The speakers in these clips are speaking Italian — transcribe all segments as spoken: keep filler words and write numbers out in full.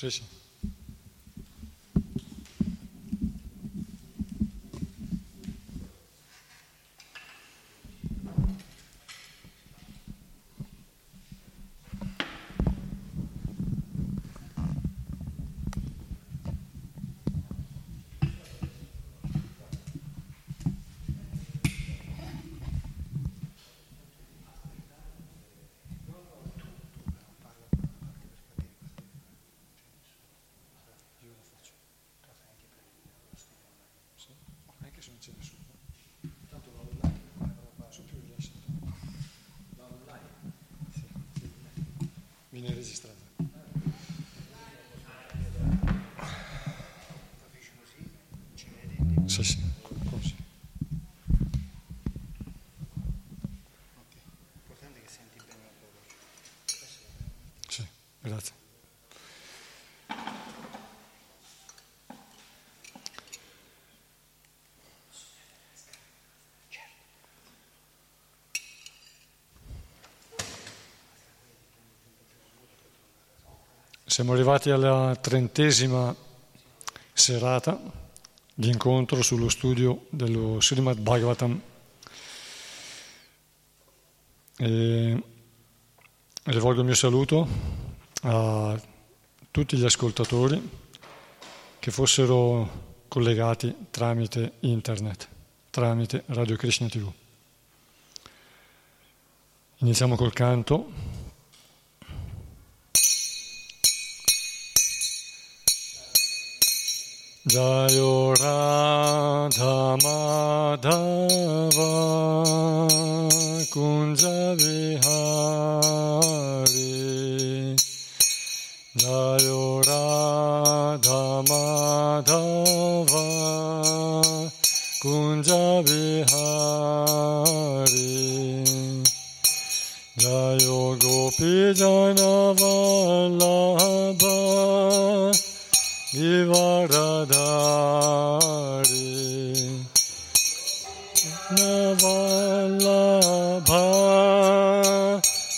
Sì, sì. Viene registrata. Sì, sì, così. L'importante è che senti bene la tua voce. Sì, grazie. Siamo arrivati alla trentesima serata di incontro sullo studio dello Srimad Bhagavatam. E rivolgo il mio saluto a tutti gli ascoltatori che fossero collegati tramite internet, tramite Radio Krishna tivù. Iniziamo col canto. Jayo Radha Madhava Kunja Vihari Jayo Radha Madhava Kunja Vihari Jayo Gopi Jana Vallabha Givaradhari Navallabha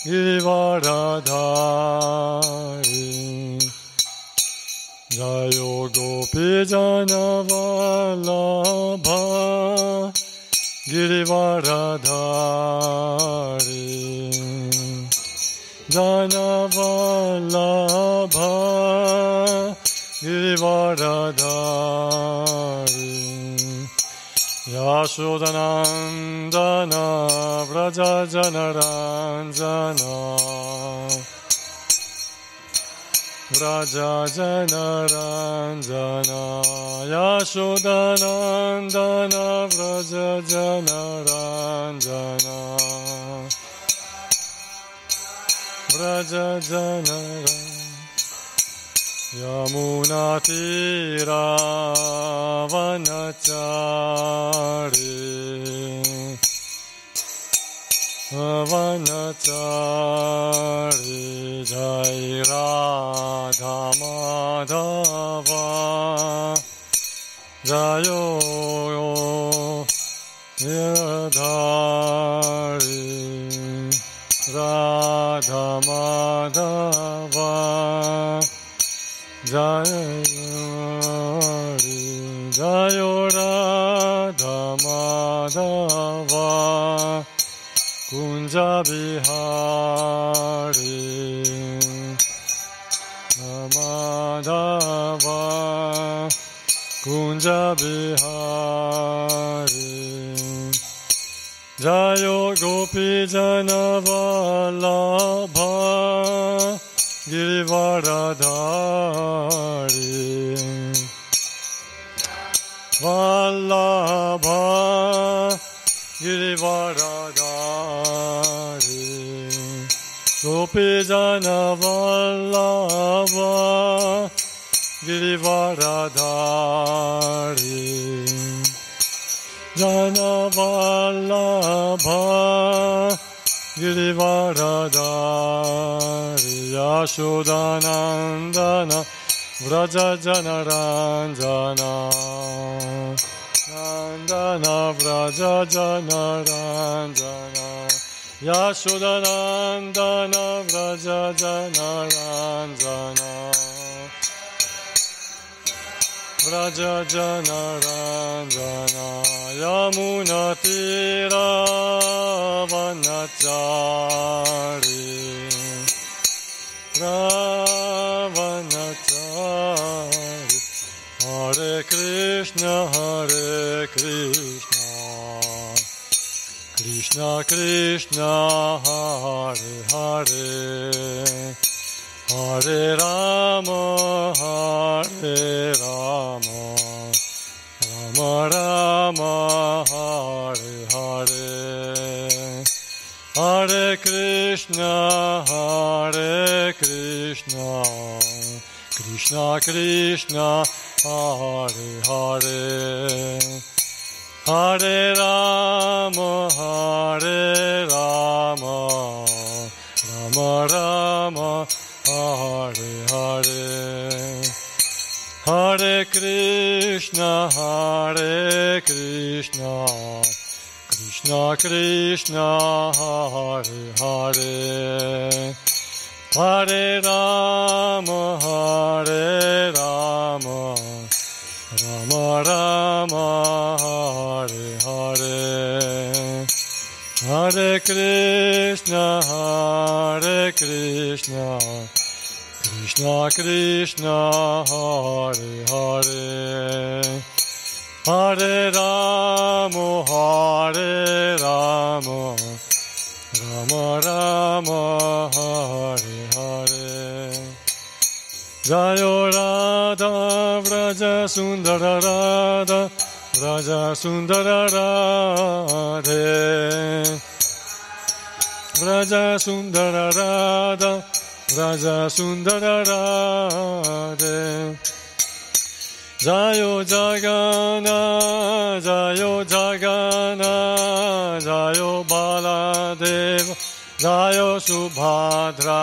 Givaradhari Jayo Gopi Jana Vallabha Givaradhari Jana Vallabha Givaradhari Yashodanandana Vraja Janaranjana Vraja Janaranjana Yashodanandana Vraja Janaranjana Vraja Janaranjana Yamuna Tira Vanachari Vanachari Jai Radha Madhava Jayo Yadhari Radha Madhava Jayo Jayo Radha Madhava Kunja Vihari Madhava Kunja Vihari Jayo Gopi Jana Vallabha Givaradhari Vallabha Givaradhari Gopi Jana Vallabha Givaradhari Jana Vallabha Givaradhari Yashodanandana Vraja Janaranjana Nandana Vraja Janaranjana Yashodanandana Vraja Janaranjana Vraja Janaranjana Yamunatira Vanachari Ravanachari Hare Krishna Hare Krishna Krishna Krishna Hare Hare Hare Rama Hare Rama Rama Rama Hare Hare Hare Krishna Hare Krishna Krishna Krishna Hare Hare Hare Rama Hare Rama Rama Rama Hare Hare Hare Krishna Hare Krishna Krishna Krishna Hare Hare Hare Rama Hare Rama Rama Rama Hare Hare Hare Krishna Hare Krishna Krishna Krishna Hare Hare Hare Rama Hare Rama Rama Rama Hare Hare Jayo Radha Vraja Sundara Radha Vraja Sundara Radhe Vraja Sundara Radha Vraja Sundara Radhe Jayo Jagana Jayo Jagana Jayo Baladeva Jayo Subhadra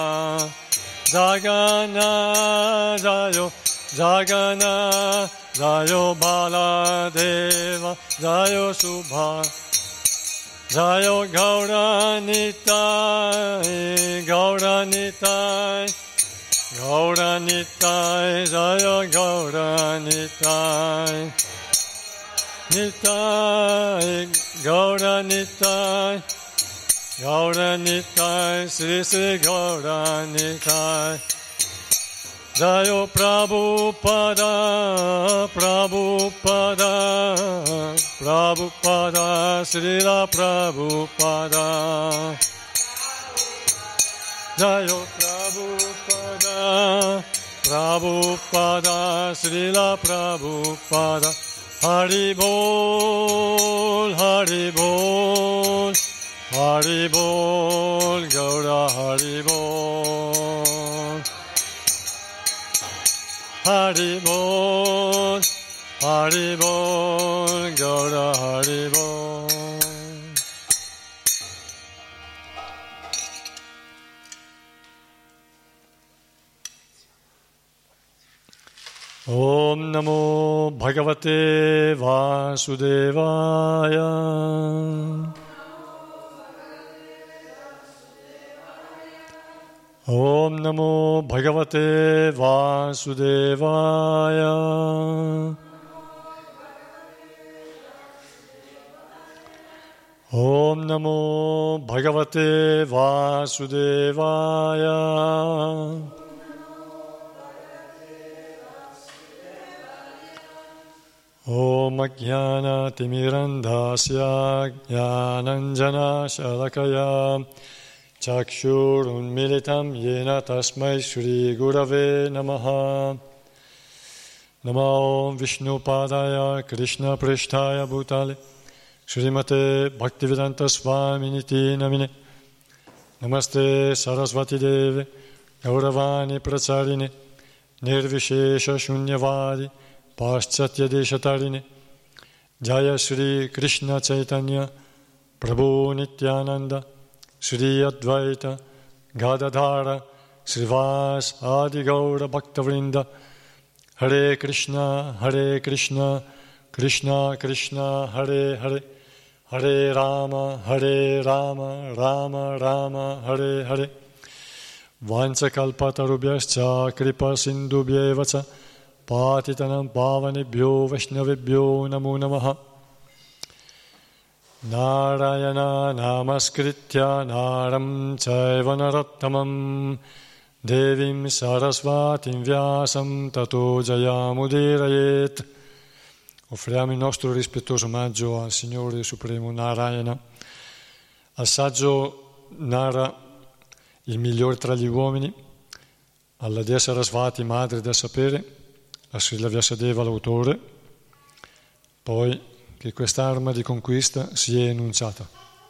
Jagana Jayo Jagana Jayo Baladeva Jayo Subhadra Jayo Gauranitai Gauranitai Gauranitai Jayo Gauranitai Nitai Gauranitai Gauranitai Sri Sri Gauranitai Jayo Prabhupada Prabhupada Prabhupada Srila Prabhupada Jayo Prabhupada Prabhupada Srila Prabhupada Hari Bol Hari Bol Hari Bol Gaura Hari Bol Hari Bol Hari Bol Gaura Hari Bol Om Namo Bhagavate Vasudevaya Om Namo Bhagavate Vasudevaya Om Namo Bhagavate Vasudevaya Om Jnana Timirandasya Jnananjana Shalakaya Chakshurunmilitam Yena Tasmai Shri Gurave Namaha Namo Vishnu Padaya Krishna Prishtaya Bhutale Shrimate Bhaktivedanta Swaminiti Namine Namaste Saraswati Deve Gauravani Pracharine Nirvishesha Shunyavadi Paschatya Deshatarine Jaya Shri Krishna Chaitanya Prabhu Nityananda Shri Advaita Gadadhara Srivas Adi Gaura Bhaktavrinda Hare Krishna Hare Krishna Krishna Krishna Hare Hare Hare Rama Hare Rama Rama Rama Hare Hare Vanchakalpatarubhyascha Kripa Sindhubhyevacha patitanam pavanebhyo vaishnavebhyo namo namaha. Narayana namaskritya naram chaiva narottamam devim sarasvatim vyasam tato jayamudirayet. Offriamo il nostro rispettoso omaggio al Signore Supremo Narayana. Al saggio Nara, il migliore tra gli uomini, alla dea Sarasvati, madre del sapere, a Srila Vyasadeva, l'autore, poi che quest'arma di conquista sia enunciata.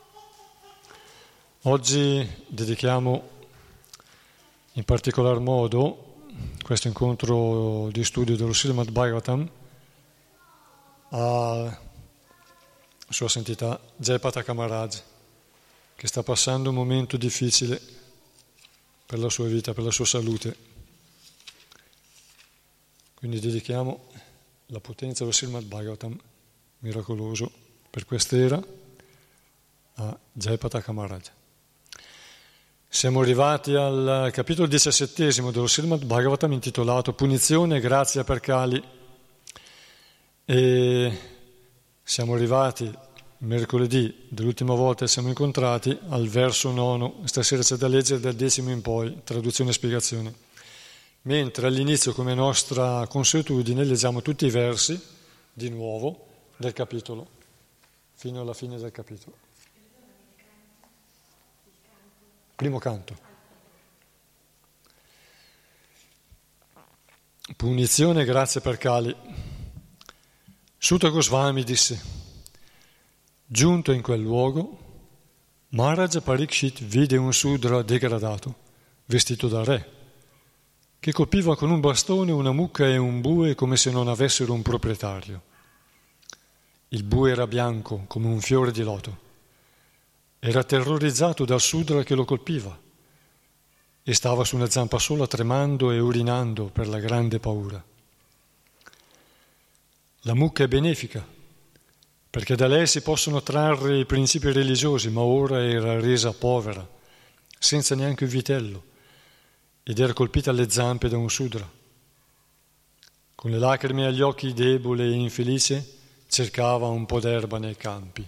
Oggi dedichiamo in particolar modo questo incontro di studio dello Srimad Bhagavatam a Sua Santità Jayapataka Maharaj, che sta passando un momento difficile per la sua vita, per la sua salute. Quindi dedichiamo la potenza dello Srimad Bhagavatam miracoloso per quest'era a Jayapataka Maharaj. Siamo arrivati al capitolo diciassettesimo dello Srimad Bhagavatam intitolato Punizione e grazia per Kali, e siamo arrivati mercoledì dell'ultima volta che siamo incontrati al verso nono. Stasera c'è da leggere dal decimo in poi, traduzione e spiegazione, mentre all'inizio, come nostra consuetudine, leggiamo tutti i versi di nuovo del capitolo fino alla fine del capitolo. Primo canto. Punizione e grazia per Kali. Sutta Goswami disse: giunto in quel luogo, Maharaj Parikshit vide un sudra degradato, vestito da re, che colpiva con un bastone una mucca e un bue come se non avessero un proprietario. Il bue era bianco come un fiore di loto. Era terrorizzato dal sudra che lo colpiva e stava su una zampa sola tremando e urinando per la grande paura. La mucca è benefica, perché da lei si possono trarre i principi religiosi, ma ora era resa povera, senza neanche un vitello, ed era colpita alle zampe da un sudra. Con le lacrime agli occhi, debole e infelice, cercava un po' d'erba nei campi.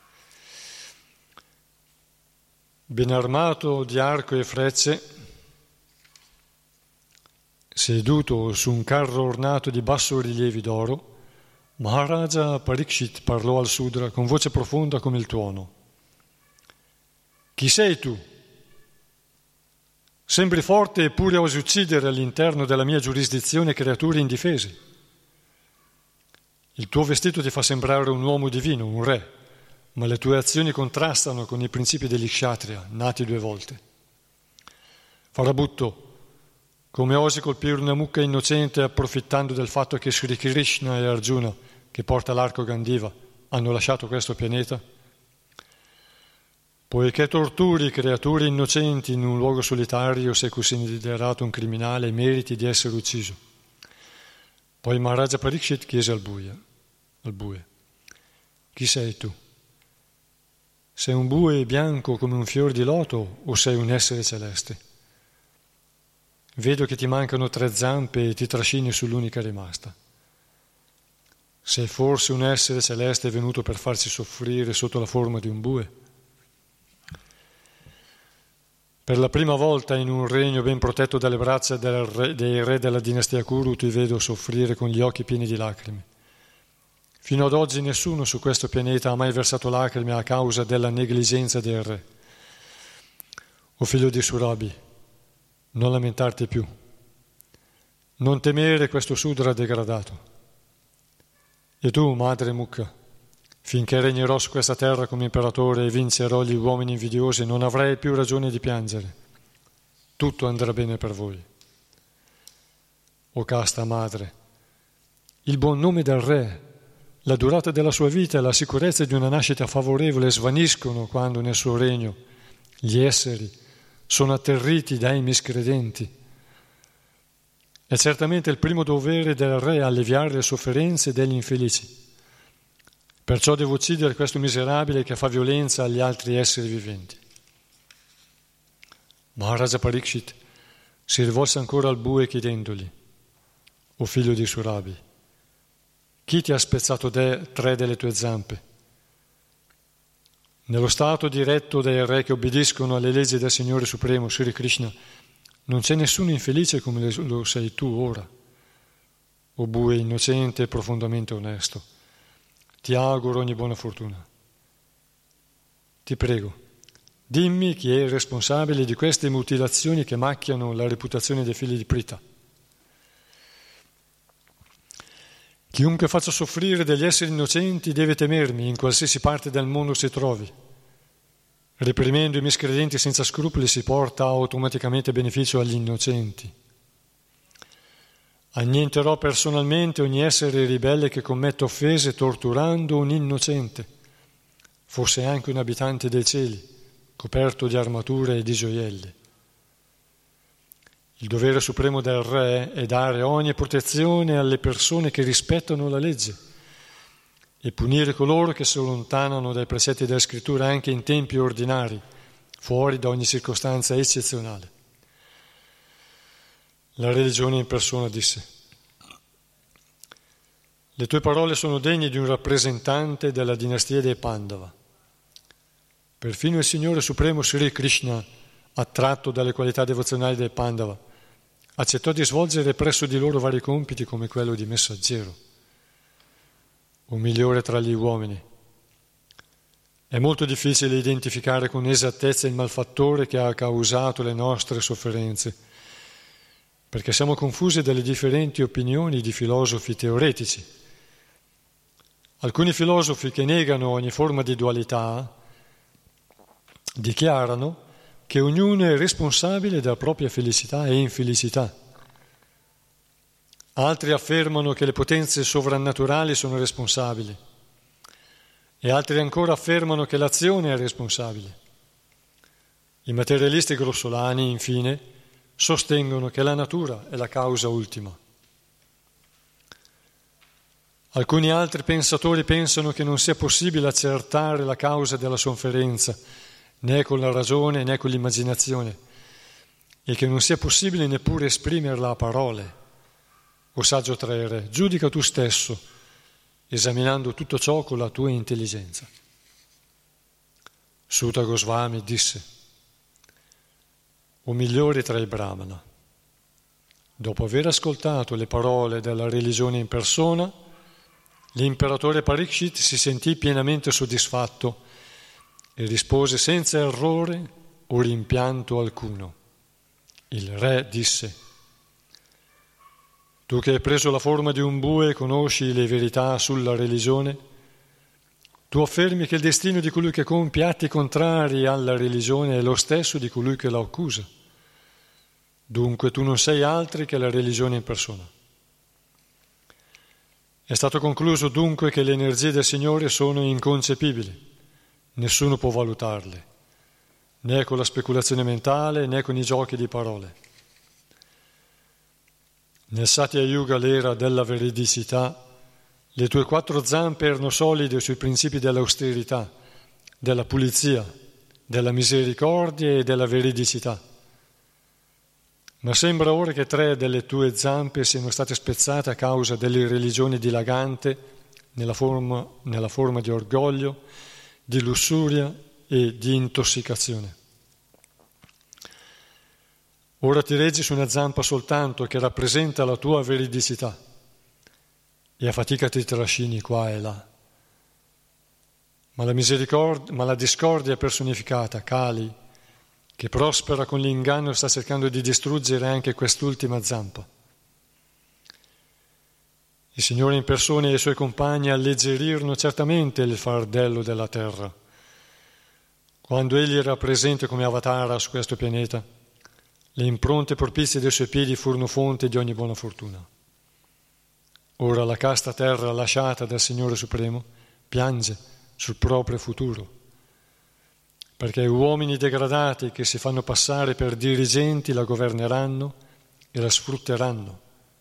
Ben armato di arco e frecce, seduto su un carro ornato di bassorilievi d'oro, Maharaja Parikshit parlò al Sudra con voce profonda come il tuono. Chi sei tu? Sembri forte eppure osi uccidere all'interno della mia giurisdizione creature indifese. Il tuo vestito ti fa sembrare un uomo divino, un re, ma le tue azioni contrastano con i principi degli kshatriya, nati due volte. Farabutto, come osi colpire una mucca innocente approfittando del fatto che Sri Krishna e Arjuna, che porta l'arco Gandiva, hanno lasciato questo pianeta? Poiché torturi creature innocenti in un luogo solitario, sei considerato un criminale e meriti di essere ucciso. Poi Maharaja Parikshit chiese al bue, al bue: chi sei tu? Sei un bue bianco come un fior di loto o sei un essere celeste? Vedo che ti mancano tre zampe e ti trascini sull'unica rimasta. Sei forse un essere celeste venuto per farci soffrire sotto la forma di un bue? Per la prima volta in un regno ben protetto dalle braccia del re, dei re della dinastia Kuru ti vedo soffrire con gli occhi pieni di lacrime. Fino ad oggi nessuno su questo pianeta ha mai versato lacrime a causa della negligenza del re. O figlio di Surabi, non lamentarti più, non temere questo sudra degradato. E tu, madre Mukha, finché regnerò su questa terra come imperatore e vincerò gli uomini invidiosi, non avrai più ragione di piangere. Tutto andrà bene per voi. O casta madre, il buon nome del re, la durata della sua vita e la sicurezza di una nascita favorevole svaniscono quando nel suo regno gli esseri sono atterriti dai miscredenti. È certamente il primo dovere del re alleviare le sofferenze degli infelici. Perciò devo uccidere questo miserabile che fa violenza agli altri esseri viventi. Maharaja Parikshit si rivolse ancora al bue chiedendogli: o figlio di Surabi? Chi ti ha spezzato de- tre delle tue zampe? Nello stato diretto dai re che obbediscono alle leggi del Signore Supremo, Sri Krishna, non c'è nessuno infelice come lo sei tu ora, o bue innocente e profondamente onesto. Ti auguro ogni buona fortuna. Ti prego, dimmi chi è il responsabile di queste mutilazioni che macchiano la reputazione dei figli di Prita. Chiunque faccia soffrire degli esseri innocenti deve temermi in qualsiasi parte del mondo si trovi. Reprimendo i miscredenti senza scrupoli si porta automaticamente beneficio agli innocenti. Annienterò personalmente ogni essere ribelle che commette offese torturando un innocente, fosse anche un abitante dei cieli, coperto di armature e di gioielli. Il dovere supremo del re è dare ogni protezione alle persone che rispettano la legge e punire coloro che si allontanano dai precetti della scrittura anche in tempi ordinari, fuori da ogni circostanza eccezionale. La religione in persona disse: le tue parole sono degne di un rappresentante della dinastia dei Pandava. Perfino il Signore Supremo Sri Krishna, attratto dalle qualità devozionali dei Pandava, accettò di svolgere presso di loro vari compiti come quello di messaggero, o migliore tra gli uomini. È molto difficile identificare con esattezza il malfattore che ha causato le nostre sofferenze, perché siamo confusi dalle differenti opinioni di filosofi teoretici. Alcuni filosofi che negano ogni forma di dualità dichiarano che ognuno è responsabile della propria felicità e infelicità. Altri affermano che le potenze sovrannaturali sono responsabili e altri ancora affermano che l'azione è responsabile. I materialisti grossolani, infine, sostengono che la natura è la causa ultima. Alcuni altri pensatori pensano che non sia possibile accertare la causa della sofferenza né con la ragione né con l'immaginazione, e che non sia possibile neppure esprimerla a parole. O saggio tra i re, giudica tu stesso, esaminando tutto ciò con la tua intelligenza. Suta Goswami disse: o migliore tra i Brahmana, dopo aver ascoltato le parole della religione in persona, l'imperatore Parikshit si sentì pienamente soddisfatto e rispose senza errore o rimpianto alcuno. Il re disse: tu che hai preso la forma di un bue e conosci le verità sulla religione, tu affermi che il destino di colui che compie atti contrari alla religione è lo stesso di colui che la accusa. Dunque tu non sei altri che la religione in persona. È stato concluso dunque che le energie del Signore sono inconcepibili. Nessuno può valutarle, né con la speculazione mentale né con i giochi di parole. Nel Satya Yuga, l'era della veridicità, le tue quattro zampe erano solide sui principi dell'austerità, della pulizia, della misericordia e della veridicità. Ma sembra ora che tre delle tue zampe siano state spezzate a causa dell'irreligione dilagante nella forma, nella forma di orgoglio, di lussuria e di intossicazione. Ora ti reggi su una zampa soltanto che rappresenta la tua veridicità e a fatica ti trascini qua e là. Ma la misericordia, ma la discordia personificata, Kali, che prospera con l'inganno, sta cercando di distruggere anche quest'ultima zampa. Il Signore in persona e i Suoi compagni alleggerirono certamente il fardello della terra. Quando Egli era presente come Avatara su questo pianeta, le impronte propizie dei Suoi piedi furono fonte di ogni buona fortuna. Ora la casta terra lasciata dal Signore Supremo piange sul proprio futuro, perché uomini degradati che si fanno passare per dirigenti la governeranno e la sfrutteranno.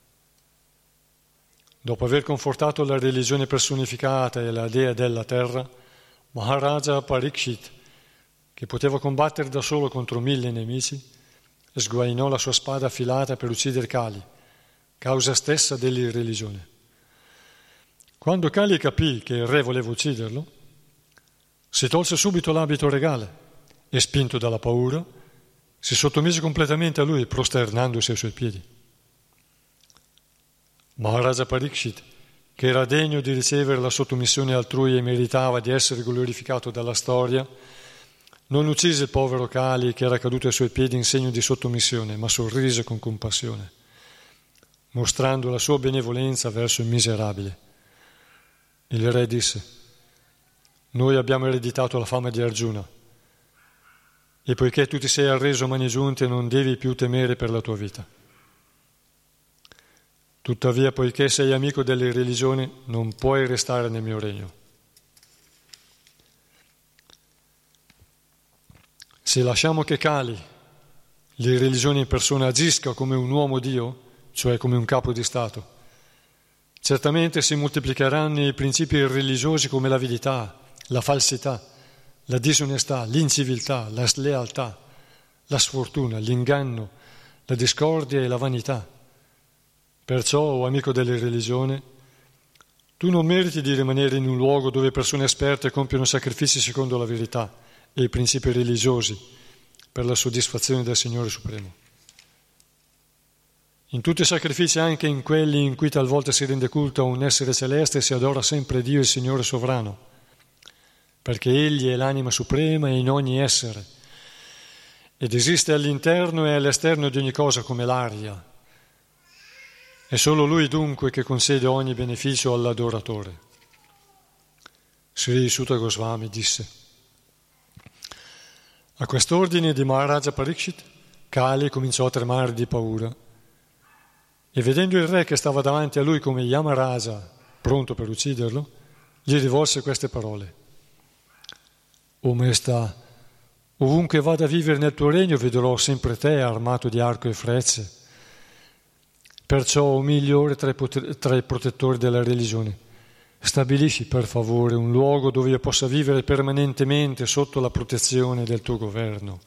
Dopo aver confortato la religione personificata e la dea della terra, Maharaja Parikshit, che poteva combattere da solo contro mille nemici, sguainò la sua spada affilata per uccidere Kali, causa stessa dell'irreligione. Quando Kali capì che il re voleva ucciderlo, si tolse subito l'abito regale e, spinto dalla paura, si sottomise completamente a lui, prosternandosi ai suoi piedi. Maharaja Parikshit, che era degno di ricevere la sottomissione altrui e meritava di essere glorificato dalla storia, non uccise il povero Kali che era caduto ai suoi piedi in segno di sottomissione, ma sorrise con compassione, mostrando la sua benevolenza verso il miserabile. Il re disse: noi abbiamo ereditato la fama di Arjuna e poiché tu ti sei arreso a mani giunte non devi più temere per la tua vita. Tuttavia, poiché sei amico delle religioni, non puoi restare nel mio regno. Se lasciamo che Kali, l'irreligione in persona, agisca come un uomo Dio, cioè come un capo di Stato, certamente si moltiplicheranno i principi religiosi come l'avidità, la falsità, la disonestà, l'inciviltà, la slealtà, la sfortuna, l'inganno, la discordia e la vanità. Perciò, o amico delle religioni, tu non meriti di rimanere in un luogo dove persone esperte compiono sacrifici secondo la verità e i principi religiosi per la soddisfazione del Signore Supremo. In tutti i sacrifici, anche in quelli in cui talvolta si rende culto a un essere celeste, si adora sempre Dio, il Signore sovrano, perché Egli è l'anima suprema in ogni essere ed esiste all'interno e all'esterno di ogni cosa come l'aria. È solo Lui dunque che concede ogni beneficio all'adoratore. Sri Suta Goswami disse: a quest'ordine di Maharaja Parikshit, Kali cominciò a tremare di paura e vedendo il re che stava davanti a lui come Yamaraja, pronto per ucciderlo, gli rivolse queste parole: o maestà, ovunque vada a vivere nel tuo regno vedrò sempre te armato di arco e frecce. Perciò, o migliore tra i, pot- tra i protettori della religione, stabilisci per favore un luogo dove io possa vivere permanentemente sotto la protezione del tuo governo.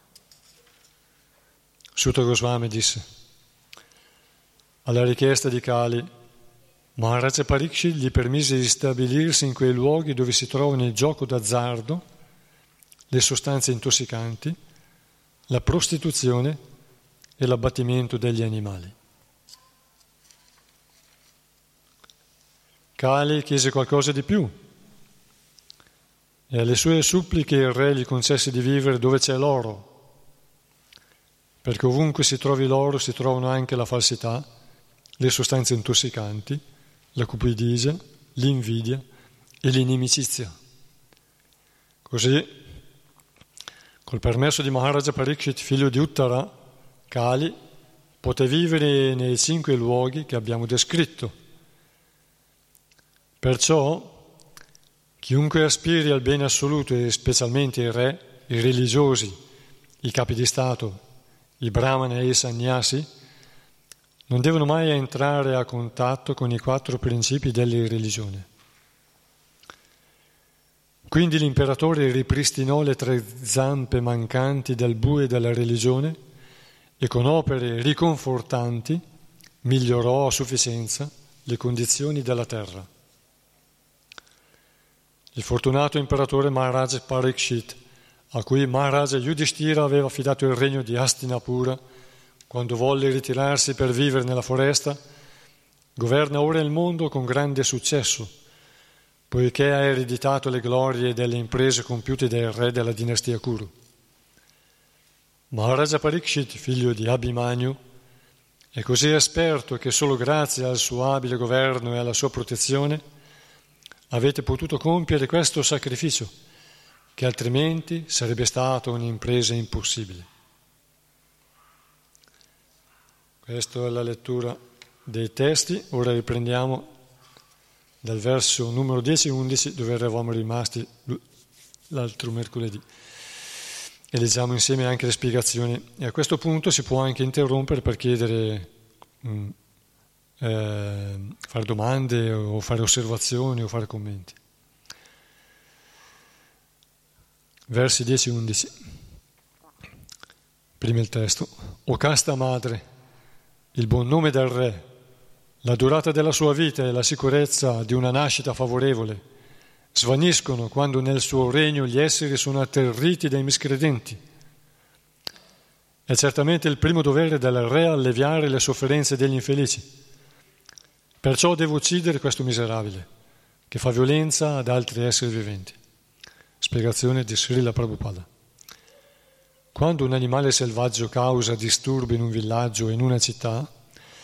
Suta Goswami disse: alla richiesta di Kali, Maharaja Parikshit gli permise di stabilirsi in quei luoghi dove si trovano il gioco d'azzardo, le sostanze intossicanti, la prostituzione e l'abbattimento degli animali. Kali chiese qualcosa di più e alle sue suppliche il re gli concesse di vivere dove c'è l'oro, perché ovunque si trovi l'oro si trovano anche la falsità, le sostanze intossicanti, la cupidigia, l'invidia e l'inimicizia. Così, col permesso di Maharaja Parikshit, figlio di Uttara, Kali poté vivere nei cinque luoghi che abbiamo descritto. Perciò, chiunque aspiri al bene assoluto, e specialmente i re, i religiosi, i capi di Stato, i brahmana e i sannyasi, non devono mai entrare a contatto con i quattro principi della religione. Quindi l'imperatore ripristinò le tre zampe mancanti del bue della religione e con opere riconfortanti migliorò a sufficienza le condizioni della terra. Il fortunato imperatore Maharaja Parikshit, a cui Maharaja Yudhishthira aveva affidato il regno di Hastinapura quando volle ritirarsi per vivere nella foresta, governa ora il mondo con grande successo, poiché ha ereditato le glorie delle imprese compiute dai re della dinastia Kuru. Maharaja Parikshit, figlio di Abhimanyu, è così esperto che solo grazie al suo abile governo e alla sua protezione avete potuto compiere questo sacrificio, che altrimenti sarebbe stata un'impresa impossibile. Questa è la lettura dei testi. Ora riprendiamo dal verso numero dieci e undici, dove eravamo rimasti l'altro mercoledì. E leggiamo insieme anche le spiegazioni. E a questo punto si può anche interrompere per chiedere... Mh, Eh, fare domande o fare osservazioni o fare commenti. Versi dieci e undici. Prima il testo. O casta madre, il buon nome del re, La durata della sua vita e la sicurezza di una nascita favorevole svaniscono quando nel suo regno gli esseri sono atterriti dai miscredenti. È certamente il primo dovere del re alleviare le sofferenze degli infelici. Perciò devo uccidere questo miserabile, che fa violenza ad altri esseri viventi. Spiegazione di Srila Prabhupada. Quando un animale selvaggio causa disturbi in un villaggio o in una città,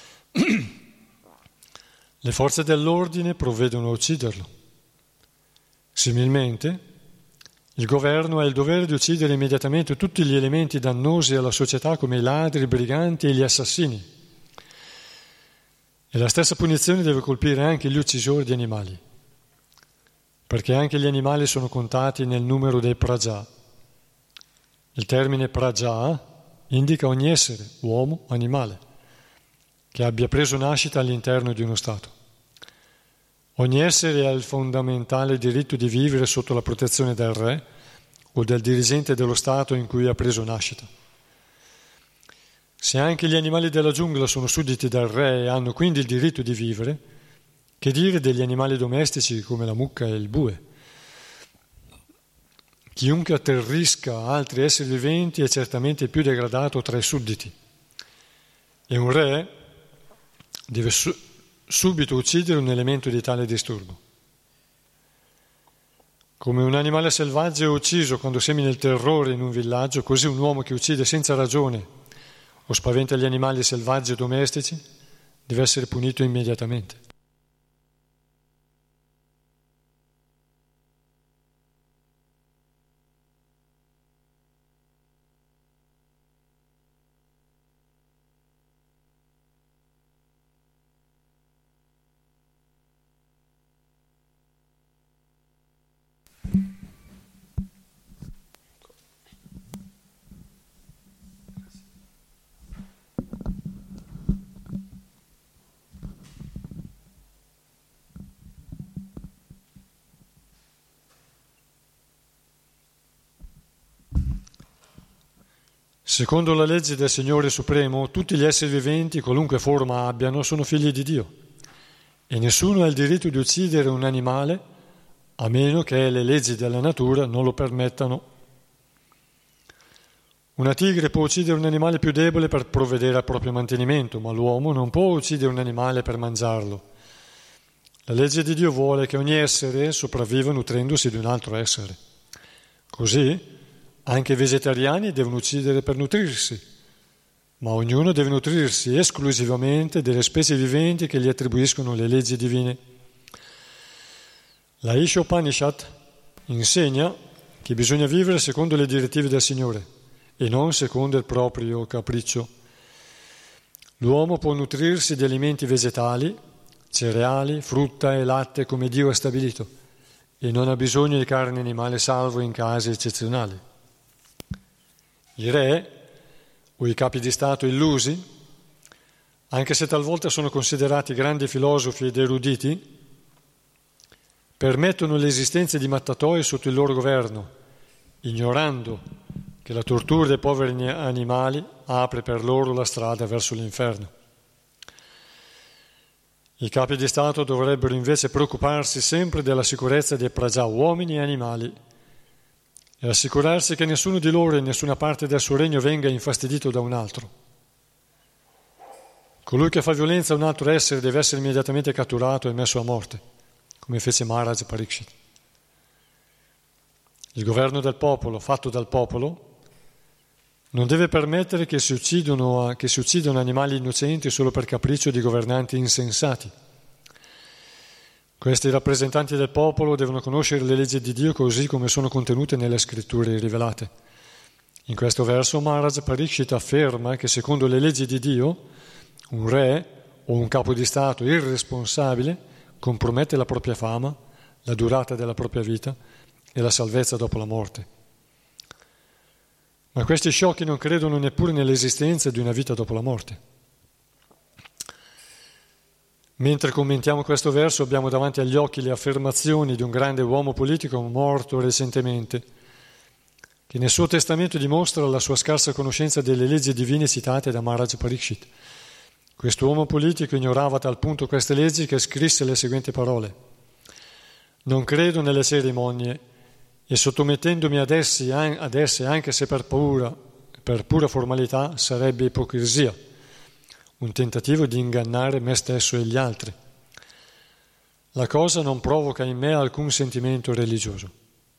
le forze dell'ordine provvedono a ucciderlo. Similmente, il governo ha il dovere di uccidere immediatamente tutti gli elementi dannosi alla società come i ladri, i briganti e gli assassini. E la stessa punizione deve colpire anche gli uccisori di animali, perché anche gli animali sono contati nel numero dei praja. Il termine praja indica ogni essere, uomo, animale, che abbia preso nascita all'interno di uno Stato. Ogni essere ha il fondamentale diritto di vivere sotto la protezione del re o del dirigente dello Stato in cui ha preso nascita. Se anche gli animali della giungla sono sudditi del re e hanno quindi il diritto di vivere, che dire degli animali domestici come la mucca e il bue? Chiunque atterrisca altri esseri viventi è certamente più degradato tra i sudditi. E un re deve su- subito uccidere un elemento di tale disturbo. Come un animale selvaggio è ucciso quando semina il terrore in un villaggio, così un uomo che uccide senza ragione o spaventa gli animali selvaggi o domestici deve essere punito immediatamente. Secondo la legge del Signore Supremo, tutti gli esseri viventi, qualunque forma abbiano, sono figli di Dio e nessuno ha il diritto di uccidere un animale a meno che le leggi della natura non lo permettano. Una tigre può uccidere un animale più debole per provvedere al proprio mantenimento, ma l'uomo non può uccidere un animale per mangiarlo. La legge di Dio vuole che ogni essere sopravviva nutrendosi di un altro essere. Così anche i vegetariani devono uccidere per nutrirsi, ma ognuno deve nutrirsi esclusivamente delle specie viventi che gli attribuiscono le leggi divine. La Ishopanishad insegna che bisogna vivere secondo le direttive del Signore e non secondo il proprio capriccio. L'uomo può nutrirsi di alimenti vegetali, cereali, frutta e latte come Dio ha stabilito e non ha bisogno di carne animale salvo in casi eccezionali. I re o i capi di Stato illusi, anche se talvolta sono considerati grandi filosofi ed eruditi, permettono l'esistenza di mattatoi sotto il loro governo, ignorando che la tortura dei poveri animali apre per loro la strada verso l'inferno. I capi di Stato dovrebbero invece preoccuparsi sempre della sicurezza dei praja, uomini e animali, e assicurarsi che nessuno di loro in nessuna parte del suo regno venga infastidito da un altro. Colui che fa violenza a un altro essere deve essere immediatamente catturato e messo a morte, come fece Maharaj Pariksit. Il governo del popolo, fatto dal popolo, non deve permettere che si uccidono, che si uccidano animali innocenti solo per capriccio di governanti insensati. Questi rappresentanti del popolo devono conoscere le leggi di Dio così come sono contenute nelle scritture rivelate. In questo verso Maharaj Pariksit afferma che secondo le leggi di Dio un re o un capo di Stato irresponsabile compromette la propria fama, la durata della propria vita e la salvezza dopo la morte. Ma questi sciocchi non credono neppure nell'esistenza di una vita dopo la morte. Mentre commentiamo questo verso abbiamo davanti agli occhi le affermazioni di un grande uomo politico morto recentemente, che nel suo testamento dimostra la sua scarsa conoscenza delle leggi divine citate da Maharaj Pariksit Quest'uomo politico ignorava a tal punto queste leggi che scrisse le seguenti parole: «Non credo nelle cerimonie e sottomettendomi ad essi, ad esse anche se per paura, per pura formalità, sarebbe ipocrisia, un tentativo di ingannare me stesso e gli altri. La cosa non provoca in me alcun sentimento religioso».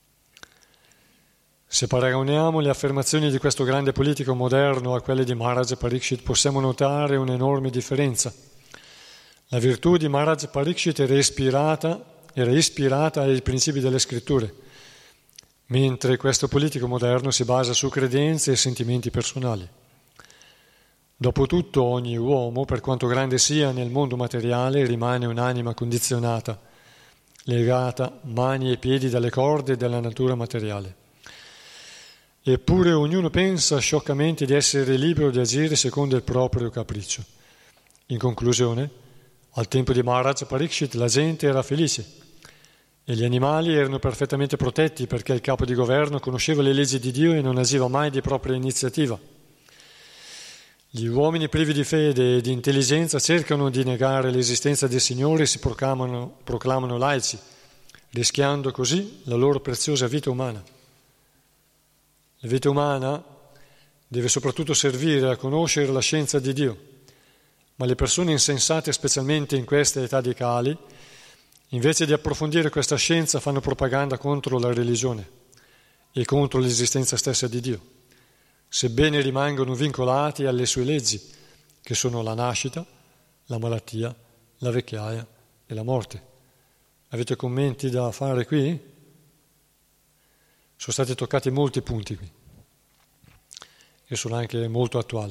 Se paragoniamo le affermazioni di questo grande politico moderno a quelle di Maharaj Pariksit, possiamo notare un'enorme differenza. La virtù di Maharaj Pariksit era ispirata, era ispirata ai principi delle scritture, mentre questo politico moderno si basa su credenze e sentimenti personali. Dopotutto ogni uomo, per quanto grande sia nel mondo materiale, rimane un'anima condizionata, legata mani e piedi dalle corde della natura materiale. Eppure ognuno pensa scioccamente di essere libero di agire secondo il proprio capriccio. In conclusione, al tempo di Maharaj Pariksit la gente era felice e gli animali erano perfettamente protetti perché il capo di governo conosceva le leggi di Dio e non agiva mai di propria iniziativa. Gli uomini privi di fede e di intelligenza cercano di negare l'esistenza del Signore e si proclamano, proclamano laici, rischiando così la loro preziosa vita umana. La vita umana deve soprattutto servire a conoscere la scienza di Dio, ma le persone insensate, specialmente in queste età di Kali, invece di approfondire questa scienza fanno propaganda contro la religione e contro l'esistenza stessa di Dio, sebbene rimangono vincolati alle sue leggi, che sono la nascita, la malattia, la vecchiaia e la morte. Avete commenti da fare qui? Sono stati toccati molti punti qui e sono anche molto attuali.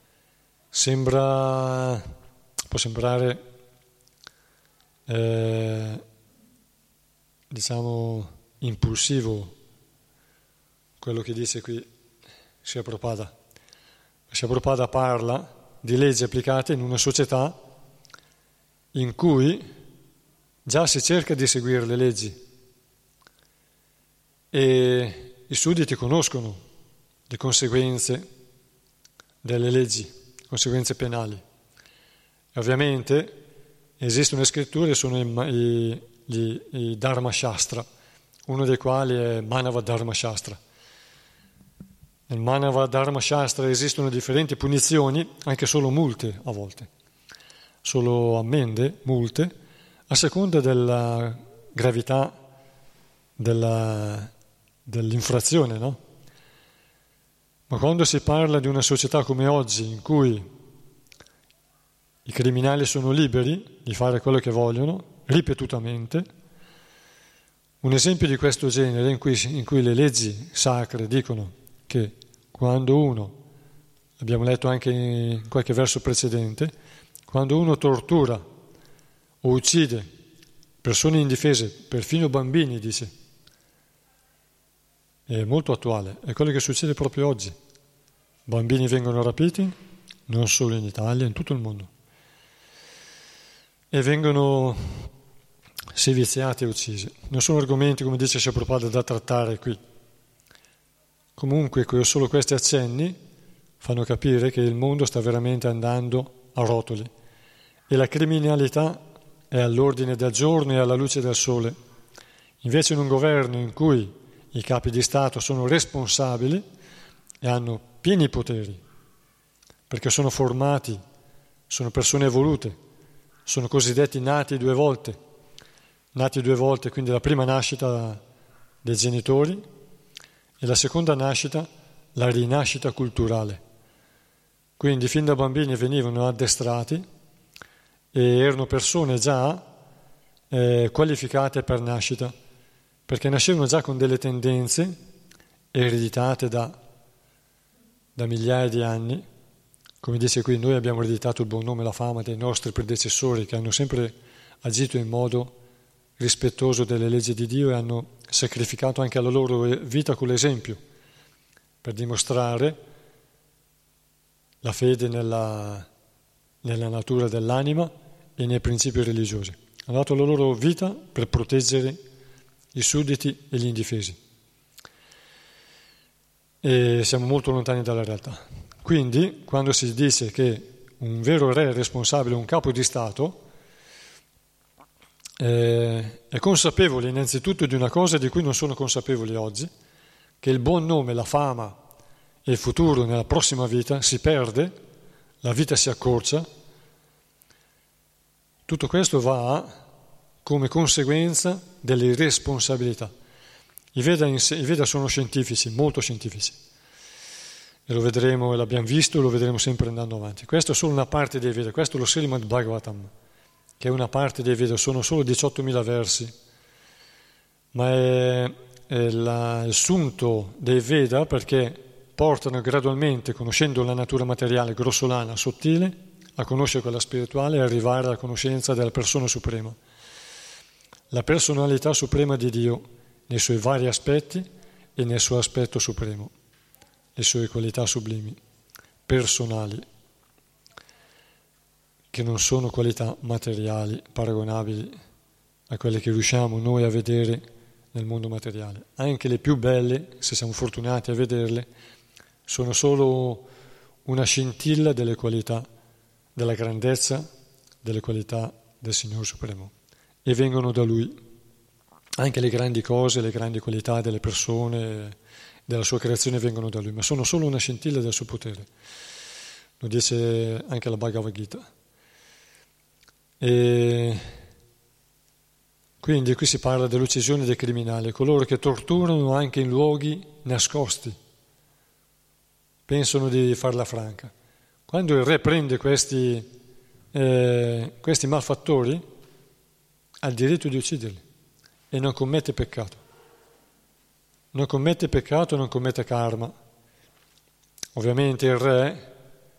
Sembra, può sembrare, eh, diciamo, impulsivo quello che dice qui Srila Prabhupada. Srila Prabhupada parla di leggi applicate in una società in cui già si cerca di seguire le leggi e i sudditi conoscono le conseguenze delle leggi, conseguenze penali. E ovviamente esistono scritture, sono i, i, gli, i Dharma Shastra, uno dei quali è Manava Dharma Shastra. Nel Manava Dharma Shastra esistono differenti punizioni, anche solo multe a volte, solo ammende, multe, a seconda della gravità della dell'infrazione, no? Ma quando si parla di una società come oggi, in cui i criminali sono liberi di fare quello che vogliono, ripetutamente, un esempio di questo genere, in cui, in cui le leggi sacre dicono che quando uno, abbiamo letto anche in qualche verso precedente, quando uno tortura o uccide persone indifese, perfino bambini, dice, è molto attuale, è quello che succede proprio oggi. Bambini vengono rapiti, non solo in Italia, in tutto il mondo, e vengono seviziati e uccisi. Non sono argomenti, come dice Srila Prabhupada, da trattare qui. Comunque, solo questi accenni fanno capire che il mondo sta veramente andando a rotoli e la criminalità è all'ordine del giorno e alla luce del sole. Invece in un governo in cui i capi di Stato sono responsabili e hanno pieni poteri, perché sono formati, sono persone evolute, sono cosiddetti nati due volte, nati due volte, quindi la prima nascita dei genitori e la seconda nascita, la rinascita culturale. Quindi fin da bambini venivano addestrati e erano persone già eh, qualificate per nascita, perché nascevano già con delle tendenze ereditate da, da migliaia di anni. Come dice qui, noi abbiamo ereditato il buon nome e la fama dei nostri predecessori che hanno sempre agito in modo rispettoso delle leggi di Dio e hanno sacrificato anche la loro vita con l'esempio per dimostrare la fede nella, nella natura dell'anima e nei principi religiosi. Hanno dato la loro vita per proteggere i sudditi e gli indifesi. E siamo molto lontani dalla realtà. Quindi, quando si dice che un vero re responsabile, un capo di Stato, eh, è consapevole innanzitutto di una cosa di cui non sono consapevoli oggi, che il buon nome, la fama e il futuro nella prossima vita si perde, la vita si accorcia. Tutto questo va come conseguenza delle responsabilità. I Veda, in sé, i Veda sono scientifici, molto scientifici, e lo vedremo, e l'abbiamo visto, e lo vedremo sempre andando avanti. Questo è solo una parte dei Veda, questo è lo Srimad Bhagavatam, che è una parte dei Veda, sono solo diciottomila versi, ma è, è la, il sunto dei Veda, perché portano gradualmente, conoscendo la natura materiale grossolana, sottile, a conoscere quella spirituale e arrivare alla conoscenza della persona suprema. La personalità suprema di Dio nei suoi vari aspetti e nel suo aspetto supremo, le sue qualità sublimi, personali, che non sono qualità materiali paragonabili a quelle che riusciamo noi a vedere nel mondo materiale. Anche le più belle, se siamo fortunati a vederle, sono solo una scintilla delle qualità, della grandezza, delle qualità del Signore Supremo, e vengono da Lui. Anche le grandi cose, le grandi qualità delle persone, della sua creazione vengono da Lui, ma sono solo una scintilla del suo potere. Lo dice anche la Bhagavad Gita. E quindi qui si parla dell'uccisione dei criminali, coloro che torturano anche in luoghi nascosti, pensano di farla franca. Quando il re prende questi, eh, questi malfattori, ha il diritto di ucciderli e non commette peccato. Non commette peccato, non commette karma. Ovviamente il re,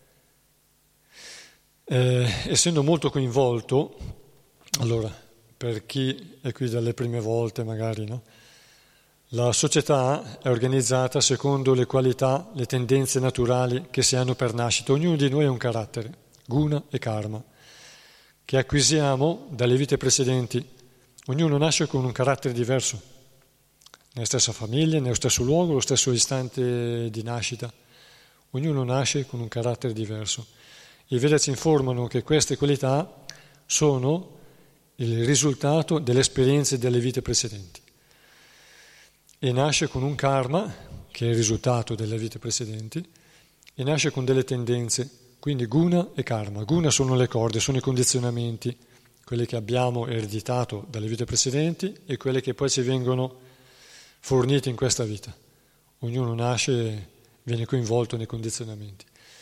eh, essendo molto coinvolto, allora, per chi è qui dalle prime volte magari, no? La società è organizzata secondo le qualità, le tendenze naturali che si hanno per nascita. Ognuno di noi ha un carattere, guna e karma, che acquisiamo dalle vite precedenti. Ognuno nasce con un carattere diverso, nella stessa famiglia, nello stesso luogo, lo stesso istante di nascita. Ognuno nasce con un carattere diverso. I Veda ci informano che queste qualità sono il risultato delle esperienze delle vite precedenti. E nasce con un karma, che è il risultato delle vite precedenti, e nasce con delle tendenze, quindi guna e karma. Guna sono le corde, sono i condizionamenti, quelli che abbiamo ereditato dalle vite precedenti e quelli che poi ci vengono forniti in questa vita. Ognuno nasce e viene coinvolto nei condizionamenti.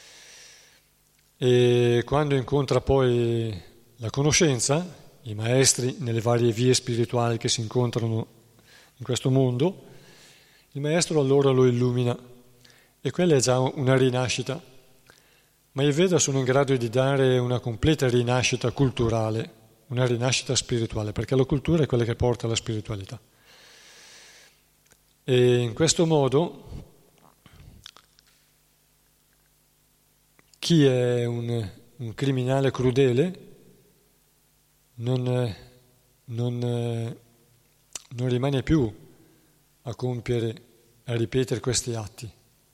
E quando incontra poi la conoscenza, i maestri nelle varie vie spirituali che si incontrano in questo mondo, il maestro allora lo illumina e quella è già una rinascita. Ma i Veda sono in grado di dare una completa rinascita culturale, una rinascita spirituale, perché la cultura è quella che porta alla spiritualità. E in questo modo chi è un, un criminale crudele non, non, non rimane più a compiere, a ripetere questi atti.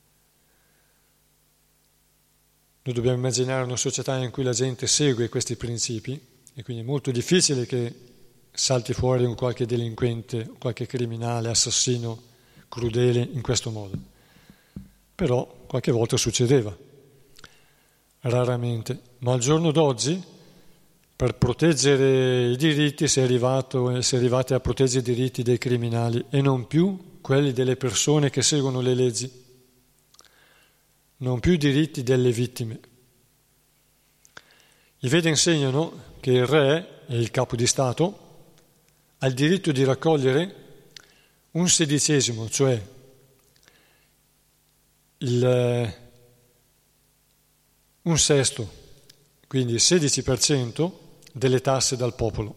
Noi dobbiamo immaginare una società in cui la gente segue questi principi e quindi è molto difficile che salti fuori un qualche delinquente, qualche criminale, assassino, crudele in questo modo. Però qualche volta succedeva, raramente. Ma al giorno d'oggi, per proteggere i diritti, si è, arrivato, si è arrivati a proteggere i diritti dei criminali e non più quelli delle persone che seguono le leggi, non più i diritti delle vittime. I Veda insegnano che il re e il capo di Stato ha il diritto di raccogliere un sedicesimo, cioè il, un sesto, quindi il sedici per cento delle tasse dal popolo.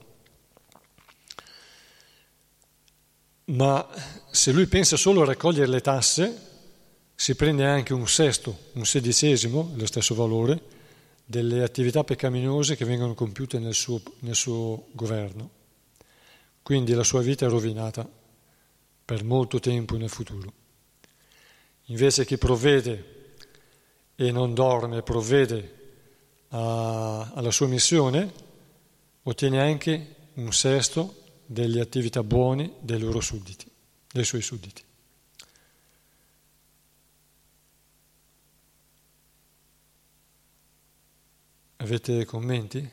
Ma se lui pensa solo a raccogliere le tasse, si prende anche un sesto, un sedicesimo, lo stesso valore, delle attività peccaminose che vengono compiute nel suo, nel suo governo. Quindi la sua vita è rovinata per molto tempo nel futuro. Invece chi provvede e non dorme, provvede a, alla sua missione, ottiene anche un sesto delle attività buone dei loro sudditi, dei suoi sudditi. Avete commenti?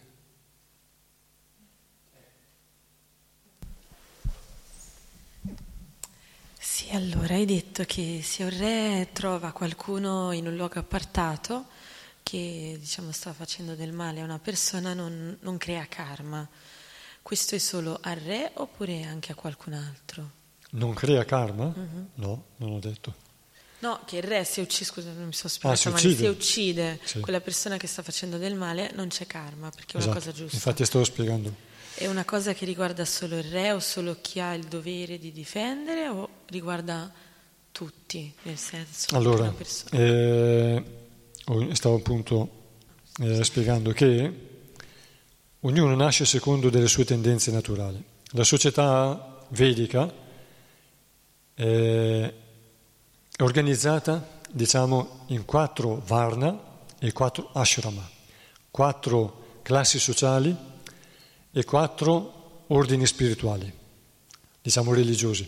Sì, allora hai detto che se un re trova qualcuno in un luogo appartato che, diciamo, sta facendo del male a una persona, non, non crea karma. Questo è solo al re oppure anche a qualcun altro? Non crea karma? Mm-hmm. No, non ho detto. No, che il re, se uccide, scusa, non mi sono spiegata, Ah, si ma uccide. se uccide Sì. quella persona che sta facendo del male, non c'è karma, perché è Esatto. una cosa giusta. Infatti stavo spiegando. È una cosa che riguarda solo il re o solo chi ha il dovere di difendere o riguarda tutti, nel senso Allora, una persona? eh, stavo appunto eh, spiegando che ognuno nasce secondo delle sue tendenze naturali. La società vedica eh, è organizzata, diciamo, in quattro varna e quattro ashrama, quattro classi sociali e quattro ordini spirituali, diciamo religiosi.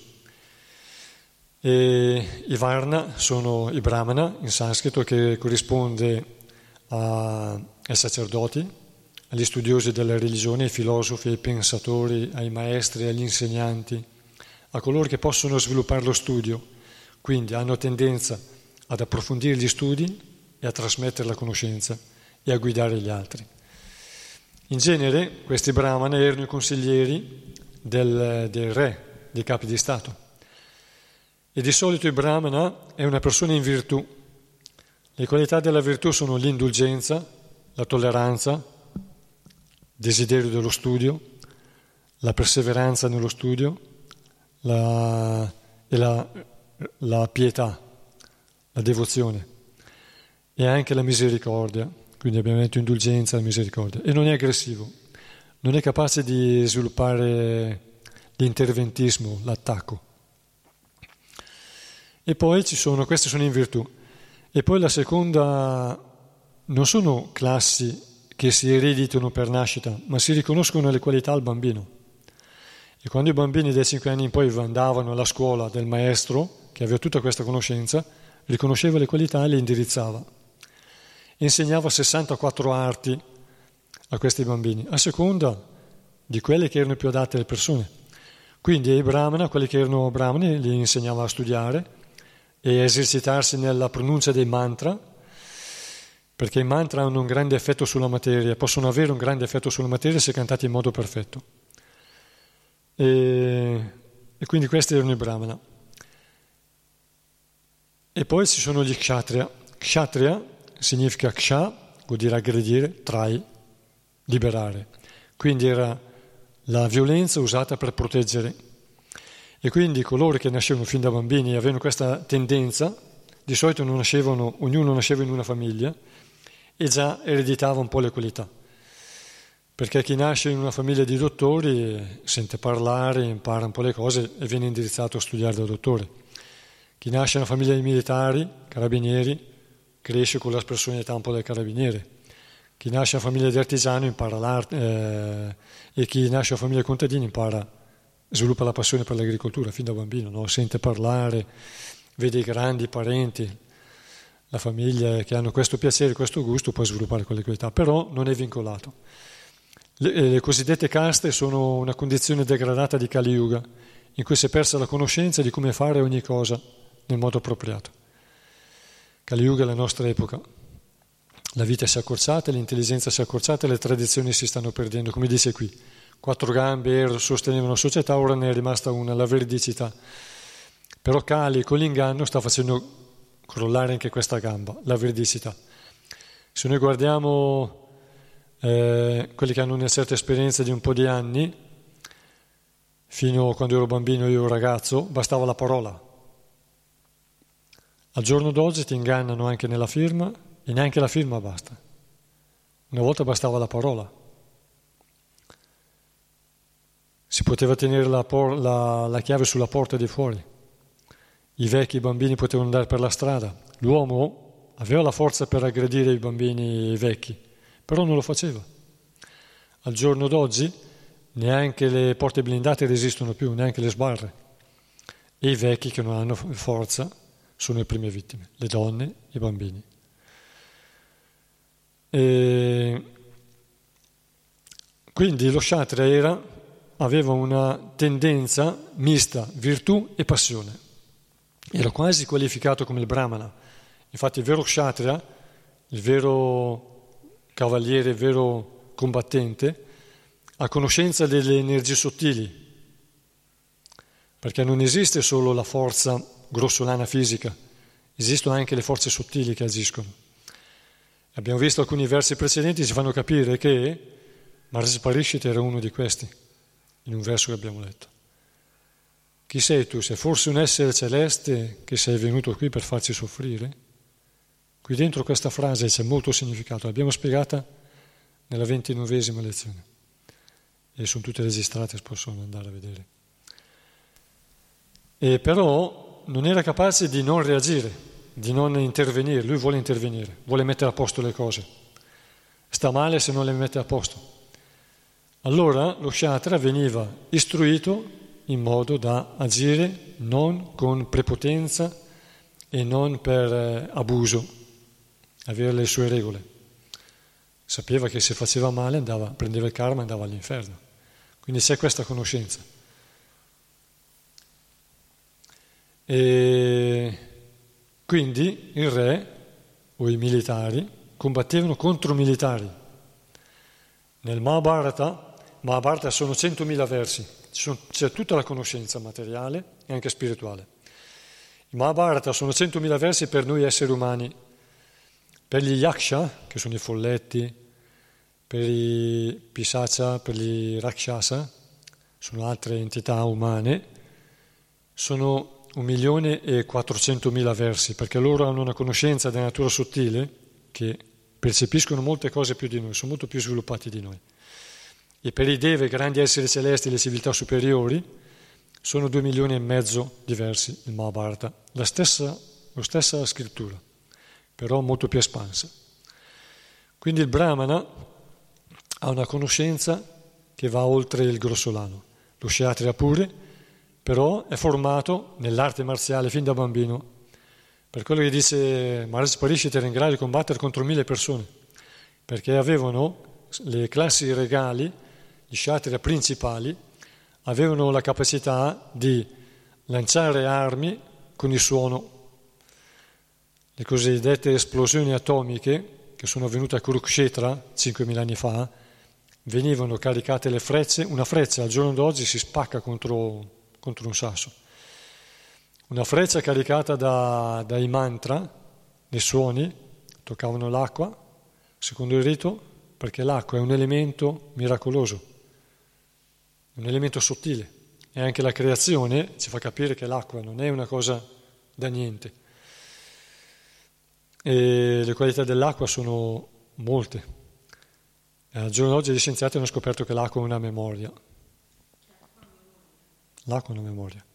E i varna sono i brahmana in sanscrito, che corrisponde a, ai sacerdoti, agli studiosi della religione, ai filosofi, ai pensatori, ai maestri, agli insegnanti, a coloro che possono sviluppare lo studio, quindi hanno tendenza ad approfondire gli studi e a trasmettere la conoscenza e a guidare gli altri. In genere questi brahmana erano i consiglieri del, del re, dei capi di Stato. E di solito il brahmana è una persona in virtù. Le qualità della virtù sono l'indulgenza, la tolleranza, il desiderio dello studio, la perseveranza nello studio la, e la, la pietà, la devozione e anche la misericordia. Quindi abbiamo detto indulgenza e misericordia. E non è aggressivo, non è capace di sviluppare l'interventismo, l'attacco. E poi ci sono, queste sono in virtù. E poi la seconda, non sono classi che si ereditano per nascita, ma si riconoscono le qualità al bambino. E quando i bambini dai cinque anni in poi andavano alla scuola del maestro, che aveva tutta questa conoscenza, riconosceva le qualità e le indirizzava. Insegnava sessantaquattro arti a questi bambini, a seconda di quelle che erano più adatte alle persone. Quindi ai brahmana, quelli che erano brahmani, li insegnava a studiare e a esercitarsi nella pronuncia dei mantra, perché i mantra hanno un grande effetto sulla materia, possono avere un grande effetto sulla materia se cantati in modo perfetto. E, e quindi questi erano i brahmana. E poi ci sono gli kshatriya. Kshatriya significa ksha, vuol dire aggredire, trai, liberare. Quindi era la violenza usata per proteggere. E quindi coloro che nascevano fin da bambini e avevano questa tendenza, di solito non nascevano, ognuno nasceva in una famiglia e già ereditava un po' le qualità. Perché chi nasce in una famiglia di dottori sente parlare, impara un po' le cose e viene indirizzato a studiare da dottore. Chi nasce in una famiglia di militari, carabinieri, cresce con la personalità un po' del carabiniere. Chi nasce in una famiglia di artigiano impara l'arte eh, e chi nasce in una famiglia di contadini impara, sviluppa la passione per l'agricoltura fin da bambino, no? Sente parlare, vede i grandi parenti, la famiglia che hanno questo piacere, questo gusto, può sviluppare quelle qualità, però non è vincolato. Le, le cosiddette caste sono una condizione degradata di Kali Yuga, in cui si è persa la conoscenza di come fare ogni cosa nel modo appropriato. Kali Yuga è la nostra epoca. La vita si è accorciata, l'intelligenza si è accorciata e le tradizioni si stanno perdendo, come dice qui. Quattro gambe sostenevano la società, ora ne è rimasta una, la veridicità. Però Kali con l'inganno sta facendo crollare anche questa gamba, la veridicità. Se noi guardiamo eh, quelli che hanno una certa esperienza di un po' di anni, fino a quando ero bambino, io ero ragazzo, bastava la parola. Al giorno d'oggi ti ingannano anche nella firma e neanche la firma basta. Una volta bastava la parola. Si poteva tenere la, por- la, la chiave sulla porta di fuori. I vecchi, i bambini potevano andare per la strada. L'uomo aveva la forza per aggredire i bambini vecchi, però non lo faceva. Al giorno d'oggi neanche le porte blindate resistono più, neanche le sbarre. E i vecchi che non hanno forza sono le prime vittime, le donne, i bambini. E quindi lo kshatriya era, aveva una tendenza mista, virtù e passione. Era quasi qualificato come il brahmana. Infatti il vero kshatriya, il vero cavaliere, il vero combattente, ha conoscenza delle energie sottili, perché non esiste solo la forza grossolana fisica, esistono anche le forze sottili che agiscono. Abbiamo visto alcuni versi precedenti, ci fanno capire che Maharaja Parikshit era uno di questi, in un verso che abbiamo letto. Chi sei tu? Sei forse un essere celeste che sei venuto qui per farci soffrire? Qui dentro questa frase c'è molto significato, l'abbiamo spiegata nella ventinovesima lezione e sono tutte registrate, si possono andare a vedere. E però non era capace di non reagire, di non intervenire. Lui vuole intervenire, vuole mettere a posto le cose. Sta male se non le mette a posto. Allora lo kshatriya veniva istruito in modo da agire non con prepotenza e non per eh, abuso, avere le sue regole. Sapeva che se faceva male andava, prendeva il karma e andava all'inferno. Quindi c'è questa conoscenza. E quindi il re o i militari combattevano contro militari. Nel Mahabharata, Mahabharata sono centomila versi, c'è tutta la conoscenza materiale e anche spirituale. Il Mahabharata sono centomila versi per noi esseri umani. Per gli yaksha, che sono i folletti, per i pisacha, per gli rakshasa, sono altre entità umane, sono un milione e quattrocentomila versi, perché loro hanno una conoscenza della natura sottile che percepiscono molte cose più di noi, sono molto più sviluppati di noi. E per i deve, grandi esseri celesti, le civiltà superiori, sono due milioni e mezzo di versi il Mahabharata, la stessa, la stessa scrittura, però molto più espansa. Quindi il Brahmana ha una conoscenza che va oltre il grossolano, lo kshatriya pure, però è formato nell'arte marziale fin da bambino. Per quello che dice Maharaja Parikshit era in grado di combattere contro mille persone, perché avevano le classi regali, gli kshatriya principali, avevano la capacità di lanciare armi con il suono. Le cosiddette esplosioni atomiche, che sono avvenute a Kurukshetra cinquemila anni fa, venivano caricate le frecce, una freccia al giorno d'oggi si spacca contro, contro un sasso. Una freccia caricata da, dai mantra, dei suoni, toccavano l'acqua, secondo il rito, perché l'acqua è un elemento miracoloso, un elemento sottile, e anche la creazione ci fa capire che l'acqua non è una cosa da niente. E le qualità dell'acqua sono molte. E al giorno d'oggi gli scienziati hanno scoperto che l'acqua è una memoria. L'acqua è una memoria.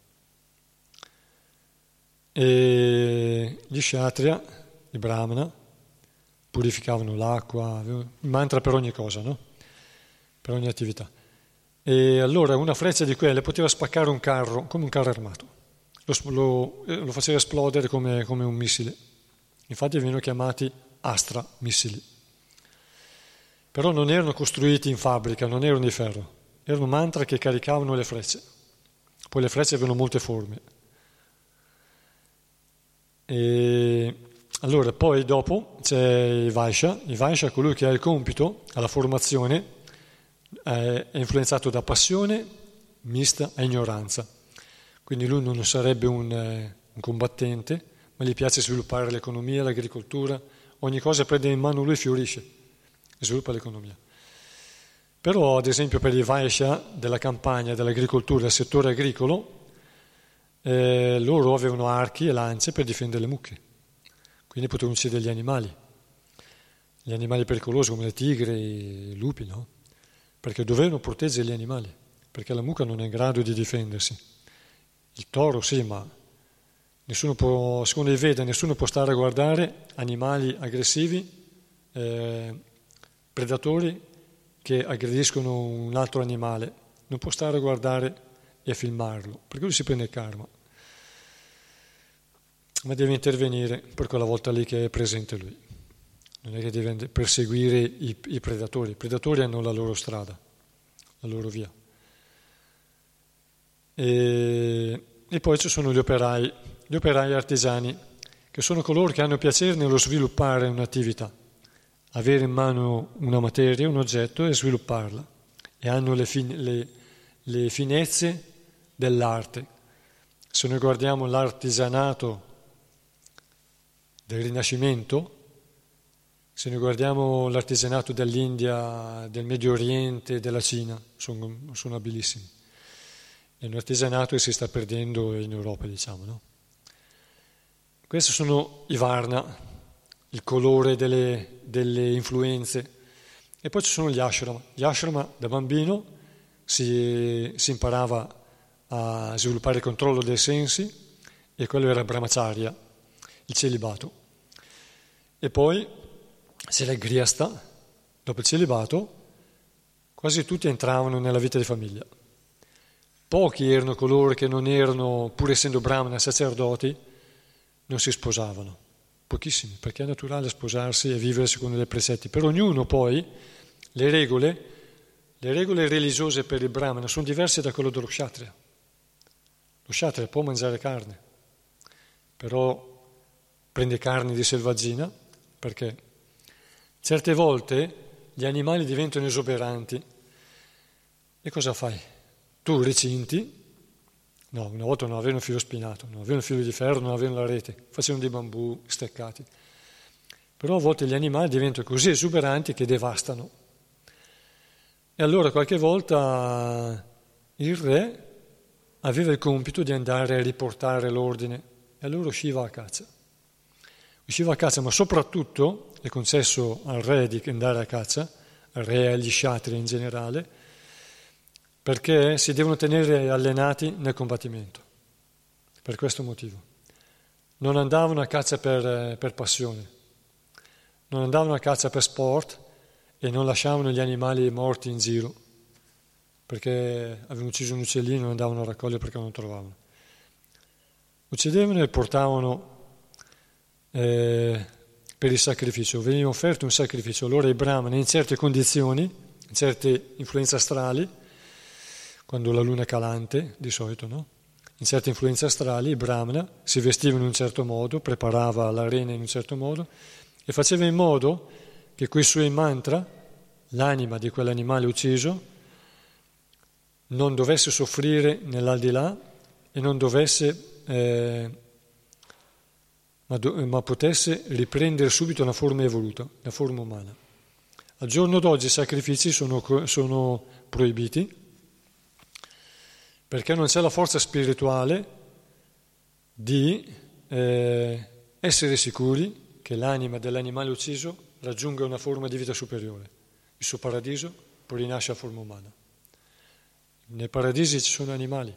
E gli kshatriya, i brahmana, purificavano l'acqua, il mantra per ogni cosa, no? Per ogni attività. E allora una freccia di quelle poteva spaccare un carro, come un carro armato, lo, lo, lo faceva esplodere come, come un missile. Infatti venivano chiamati astra, missili. Però non erano costruiti in fabbrica, non erano di ferro, erano mantra che caricavano le frecce. Poi le frecce avevano molte forme. E allora poi dopo c'è il Vaishya, il Vaishya è colui che ha il compito, ha la formazione, è influenzato da passione mista a ignoranza. Quindi lui non sarebbe un, un combattente, ma gli piace sviluppare l'economia, l'agricoltura, ogni cosa prende in mano lui e fiorisce e sviluppa l'economia. Però ad esempio per i Vaishya della campagna, dell'agricoltura, del settore agricolo, eh, loro avevano archi e lance per difendere le mucche, quindi potevano uccidere gli animali, gli animali pericolosi come le tigre e i lupi, no? Perché dovevano proteggere gli animali, perché la mucca non è in grado di difendersi. Il toro sì, ma nessuno può, secondo i Veda, nessuno può stare a guardare animali aggressivi eh, predatori che aggrediscono un altro animale, non può stare a guardare e a filmarlo, perché lui si prende il karma. Ma deve intervenire per quella volta lì che è presente lui. Non è che deve perseguire i, i predatori. I predatori hanno la loro strada, la loro via. E, e poi ci sono gli operai, gli operai artigiani, che sono coloro che hanno piacere nello sviluppare un'attività, avere in mano una materia, un oggetto e svilupparla. E hanno le, fin- le, le finezze dell'arte. Se noi guardiamo l'artigianato del Rinascimento, se noi guardiamo l'artigianato dell'India, del Medio Oriente, della Cina, sono, sono abilissimi. È un artigianato che si sta perdendo in Europa, diciamo, no? Questi sono i Varna, il colore delle, delle influenze. E poi ci sono gli ashrama. Gli ashrama, da bambino, si, si imparava a sviluppare il controllo dei sensi, e quello era brahmacharya, il celibato. E poi c'era il grihastha, dopo il celibato, quasi tutti entravano nella vita di famiglia. Pochi erano coloro che non erano, pur essendo brahmana, sacerdoti, non si sposavano. Pochissimi, perché è naturale sposarsi e vivere secondo dei precetti. Per ognuno poi le regole, le regole religiose per il brahmana sono diverse da quello dello kshatriya. Lo kshatriya può mangiare carne, però prende carne di selvaggina, perché certe volte gli animali diventano esuberanti. E cosa fai? Tu recinti, no, una volta non avevano filo spinato, non avevano filo di ferro, non avevano la rete, facevano dei bambù steccati. Però a volte gli animali diventano così esuberanti che devastano. E allora qualche volta il re aveva il compito di andare a riportare l'ordine, e allora usciva a caccia. Usciva a caccia, ma soprattutto è concesso al re di andare a caccia, al re e agli kshatriya in generale, perché si devono tenere allenati nel combattimento, per questo motivo. Non andavano a caccia per, per passione, non andavano a caccia per sport e non lasciavano gli animali morti in giro, perché avevano ucciso un uccellino e non andavano a raccogliere perché non lo trovavano. Uccidevano e portavano eh, per il sacrificio, veniva offerto un sacrificio. Allora i brahmani in certe condizioni, in certe influenze astrali, quando la luna è calante, di solito, no? In certe influenze astrali, il brahmana si vestiva in un certo modo, preparava l'arena in un certo modo e faceva in modo che coi suoi mantra l'anima di quell'animale ucciso non dovesse soffrire nell'aldilà e non dovesse, eh, ma, do, ma potesse riprendere subito una forma evoluta, la forma umana. Al giorno d'oggi i sacrifici sono, sono proibiti, perché non c'è la forza spirituale di eh, essere sicuri che l'anima dell'animale ucciso raggiunga una forma di vita superiore. Il suo paradiso poi rinasce a forma umana. Nei paradisi ci sono animali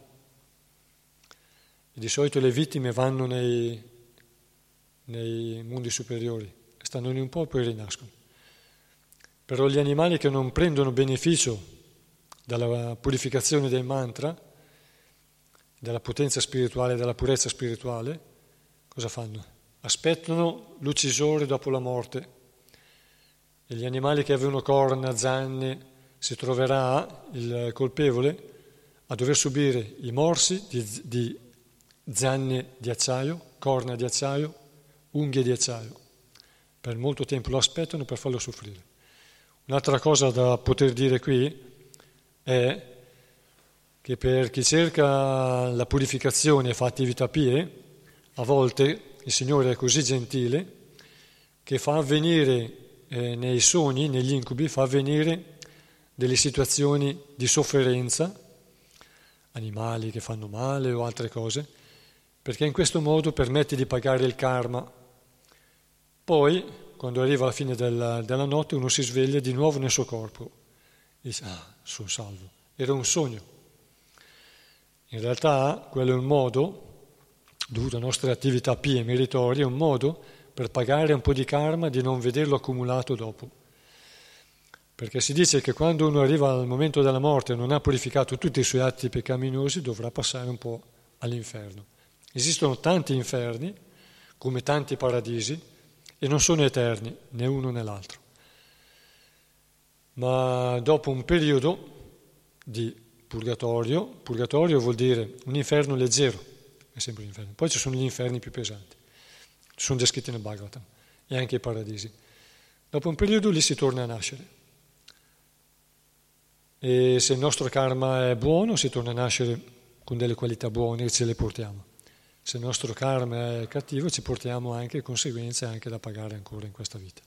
e di solito le vittime vanno nei, nei mondi superiori, stanno lì un po' e poi rinascono. Però gli animali che non prendono beneficio dalla purificazione dei mantra, della potenza spirituale, della purezza spirituale, cosa fanno? Aspettano l'uccisore dopo la morte. E gli animali che avevano corna, zanne, si troverà il colpevole a dover subire i morsi di, di zanne di acciaio, corna di acciaio, unghie di acciaio. Per molto tempo lo aspettano per farlo soffrire. Un'altra cosa da poter dire qui è che per chi cerca la purificazione e fa attività pie, a volte il Signore è così gentile che fa avvenire eh, nei sogni, negli incubi, fa avvenire delle situazioni di sofferenza, animali che fanno male o altre cose, perché in questo modo permette di pagare il karma. Poi, quando arriva la fine della, della notte, uno si sveglia di nuovo nel suo corpo e dice, ah, sono salvo, era un sogno. In realtà quello è un modo, dovuto alle nostre attività pie meritorie, è un modo per pagare un po' di karma, di non vederlo accumulato dopo. Perché si dice che quando uno arriva al momento della morte e non ha purificato tutti i suoi atti peccaminosi, dovrà passare un po' all'inferno. Esistono tanti inferni, come tanti paradisi, e non sono eterni, né uno né l'altro. Ma dopo un periodo di purgatorio, purgatorio vuol dire un inferno leggero, è sempre un inferno. Poi ci sono gli inferni più pesanti, sono descritti nel Bhagavatam, e anche i paradisi. Dopo un periodo lì si torna a nascere. E se il nostro karma è buono, si torna a nascere con delle qualità buone e ce le portiamo. Se il nostro karma è cattivo, ci portiamo anche conseguenze anche da pagare ancora in questa vita.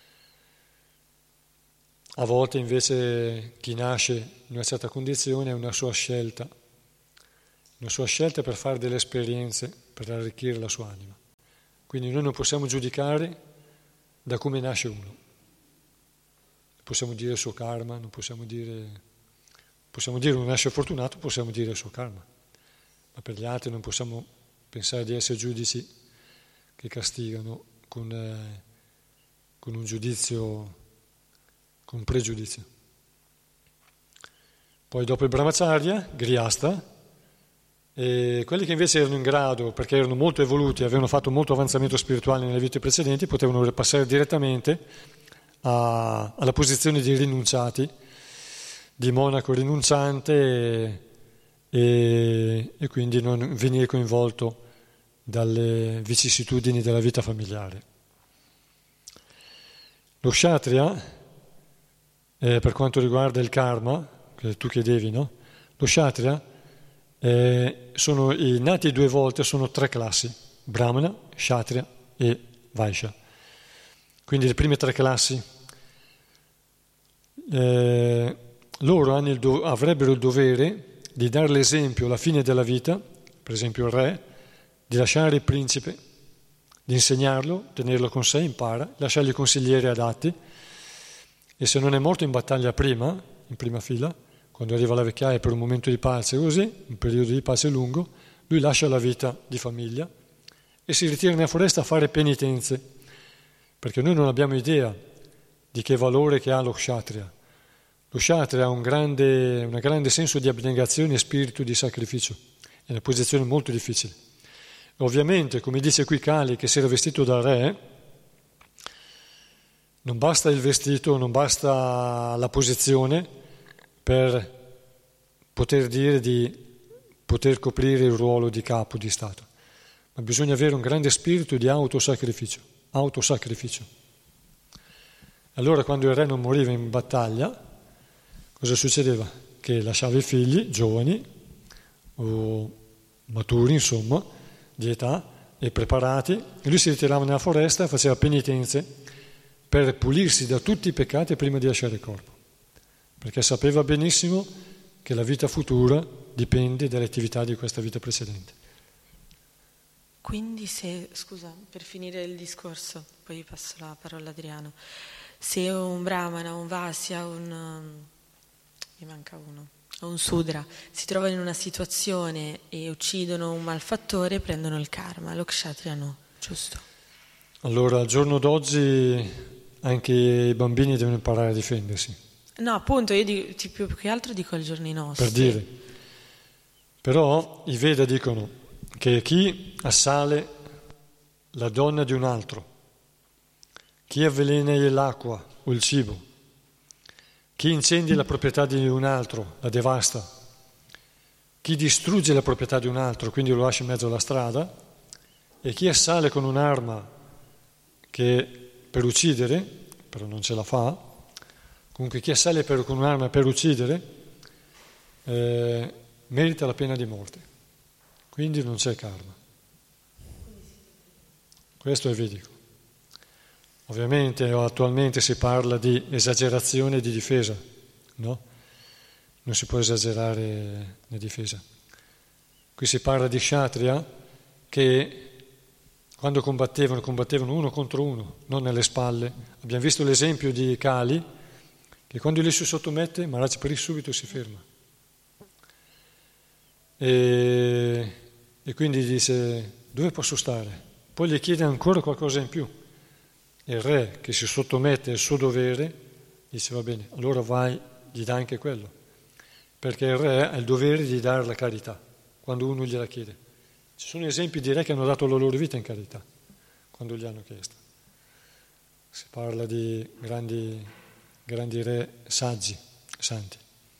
A volte invece chi nasce in una certa condizione è una sua scelta, una sua scelta per fare delle esperienze, per arricchire la sua anima. Quindi noi non possiamo giudicare da come nasce uno. Possiamo dire il suo karma, non possiamo dire, possiamo dire uno nasce fortunato, possiamo dire il suo karma, ma per gli altri non possiamo pensare di essere giudici che castigano con, eh, con un giudizio, con un pregiudizio. Poi dopo il brahmacharya, grihastha, e quelli che invece erano in grado, perché erano molto evoluti, avevano fatto molto avanzamento spirituale nelle vite precedenti, potevano passare direttamente A, alla posizione di rinunciati, di monaco rinunciante e, e, e quindi non venire coinvolto dalle vicissitudini della vita familiare. Lo kshatriya, eh, per quanto riguarda il karma, che tu chiedevi, no? Lo kshatriya eh, sono i nati due volte, sono tre classi: brahmana, kshatriya e vaishya. Quindi le prime tre classi, eh, loro hanno il do- avrebbero il dovere di dare l'esempio alla fine della vita, per esempio il re, di lasciare il principe, di insegnarlo, tenerlo con sé, impara, lasciargli consiglieri adatti, e se non è morto in battaglia prima, in prima fila, quando arriva la vecchiaia per un momento di pace così, un periodo di pace lungo, lui lascia la vita di famiglia e si ritira nella foresta a fare penitenze. Perché noi non abbiamo idea di che valore che ha lo kshatriya. Lo kshatriya ha un grande, un grande senso di abnegazione e spirito di sacrificio. È una posizione molto difficile. Ovviamente, come dice qui Kali, che si era vestito da re, non basta il vestito, non basta la posizione per poter dire di poter coprire il ruolo di capo di Stato, ma bisogna avere un grande spirito di autosacrificio. autosacrificio. Allora quando il re non moriva in battaglia, cosa succedeva? Che lasciava i figli giovani o maturi, insomma, di età e preparati, e lui si ritirava nella foresta e faceva penitenze per pulirsi da tutti i peccati prima di lasciare il corpo, perché sapeva benissimo che la vita futura dipende dalle attività di questa vita precedente. Quindi se, scusa, per finire il discorso, poi passo la parola a Adriano, se un brahmana, un vasya, un, um, mi manca uno, un sudra, si trovano in una situazione e uccidono un malfattore, prendono il karma, lo kshatriya no, giusto? Allora, al giorno d'oggi anche i bambini devono imparare a difendersi. No, appunto, io dico, più che altro dico ai giorni nostri. Per dire. Però i Veda dicono che chi assale la donna di un altro, chi avvelena l'acqua o il cibo, chi incendia la proprietà di un altro, la devasta, chi distrugge la proprietà di un altro, quindi lo lascia in mezzo alla strada, e chi assale con un'arma che per uccidere, però non ce la fa, comunque chi assale per, con un'arma per uccidere, eh, merita la pena di morte. Quindi non c'è karma. Questo è vedico. Ovviamente attualmente si parla di esagerazione e di difesa, no? Non si può esagerare la difesa. Qui si parla di kshatriya che quando combattevano, combattevano uno contro uno, non nelle spalle. Abbiamo visto l'esempio di Kali, che quando lui si sottomette, Maharaj Parikshit subito si ferma. E, e quindi dice: dove posso stare? Poi gli chiede ancora qualcosa in più. Il re che si sottomette al suo dovere dice va bene, allora vai, gli dà anche quello, perché il re ha il dovere di dare la carità quando uno gliela chiede. Ci sono esempi di re che hanno dato la loro vita in carità quando gli hanno chiesto. Si parla di grandi, grandi re saggi, santi.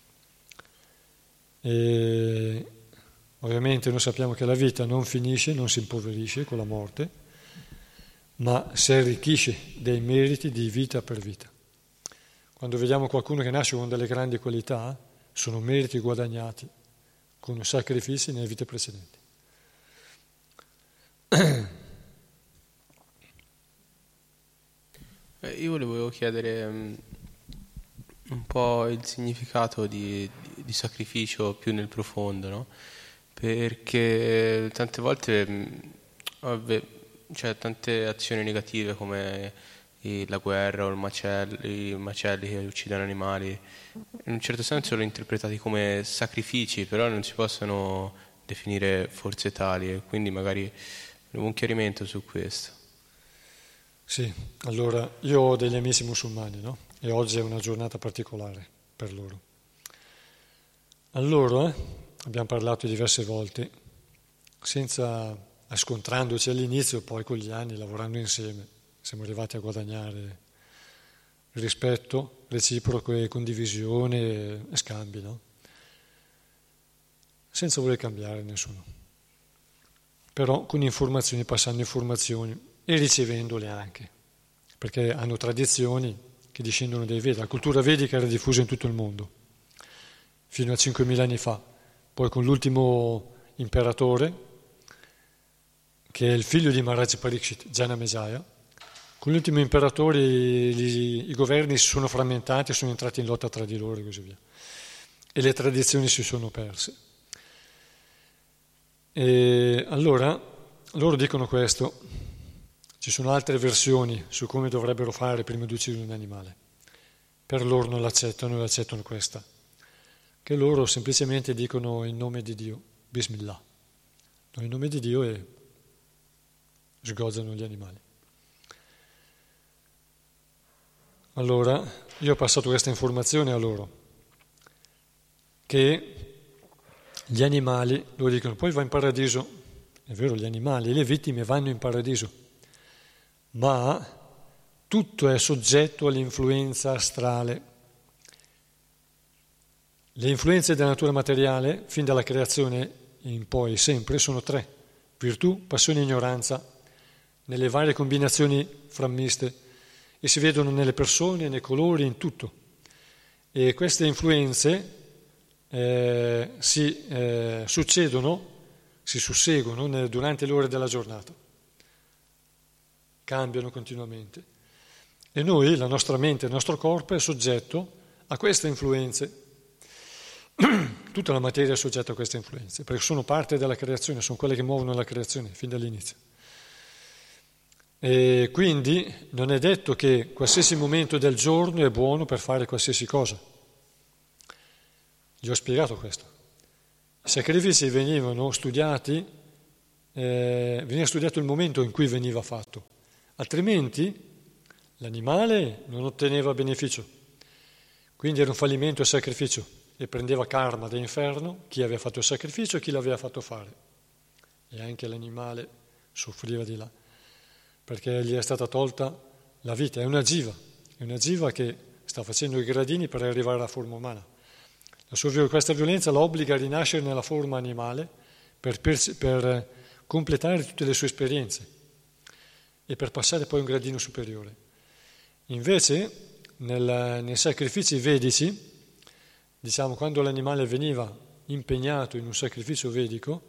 E ovviamente noi sappiamo che la vita non finisce, non si impoverisce con la morte, ma si arricchisce dei meriti di vita per vita. Quando vediamo qualcuno che nasce con delle grandi qualità, sono meriti guadagnati con sacrifici nelle vite precedenti. Io volevo chiedere um, un po' il significato di, di, di sacrificio più nel profondo, no? Perché tante volte c'è cioè, tante azioni negative come la guerra o il macello, i macelli che uccidono animali, in un certo senso sono interpretati come sacrifici, però non si possono definire forse tali, e quindi magari un chiarimento su questo. Sì, allora io ho degli amici musulmani, no? E oggi è una giornata particolare per loro. Allora, abbiamo parlato diverse volte, senza scontrandoci all'inizio, poi con gli anni, lavorando insieme, siamo arrivati a guadagnare rispetto reciproco e condivisione e scambi, no? Senza voler cambiare nessuno, però con informazioni, passando informazioni e ricevendole anche, perché hanno tradizioni che discendono dai Veda. La cultura vedica era diffusa in tutto il mondo, fino a cinquemila anni fa. Poi con l'ultimo imperatore, che è il figlio di Maharaj Parikshit, Janamejaya, con l'ultimo imperatore i, i governi si sono frammentati, sono entrati in lotta tra di loro e così via. E le tradizioni si sono perse. E allora loro dicono questo. Ci sono altre versioni su come dovrebbero fare prima di uccidere un animale. Per loro non l'accettano e accettano questa, che loro semplicemente dicono in nome di Dio, Bismillah, no, in nome di Dio, e sgozzano gli animali. Allora, io ho passato questa informazione a loro, che gli animali, loro dicono, poi va in paradiso, è vero, gli animali, le vittime vanno in paradiso, ma tutto è soggetto all'influenza astrale. Le influenze della natura materiale, fin dalla creazione in poi, sempre, sono tre: virtù, passione e ignoranza, nelle varie combinazioni frammiste, e si vedono nelle persone, nei colori, in tutto. E queste influenze eh, si eh, succedono, si susseguono nel, durante le ore della giornata. Cambiano continuamente. E noi, la nostra mente, il nostro corpo è soggetto a queste influenze. Tutta la materia è soggetta a queste influenze, perché sono parte della creazione, sono quelle che muovono la creazione fin dall'inizio. E quindi non è detto che qualsiasi momento del giorno è buono per fare qualsiasi cosa. Gli ho spiegato questo. I sacrifici venivano studiati, eh, veniva studiato il momento in cui veniva fatto. Altrimenti l'animale non otteneva beneficio, quindi era un fallimento il sacrificio e prendeva karma dall'inferno chi aveva fatto il sacrificio e chi l'aveva fatto fare. E anche l'animale soffriva di là, perché gli è stata tolta la vita. È una jiva, è una jiva che sta facendo i gradini per arrivare alla forma umana. La sua, questa violenza la obbliga a rinascere nella forma animale per, per, per completare tutte le sue esperienze e per passare poi a un gradino superiore. Invece, nel, nei sacrifici vedici, diciamo, quando l'animale veniva impegnato in un sacrificio vedico,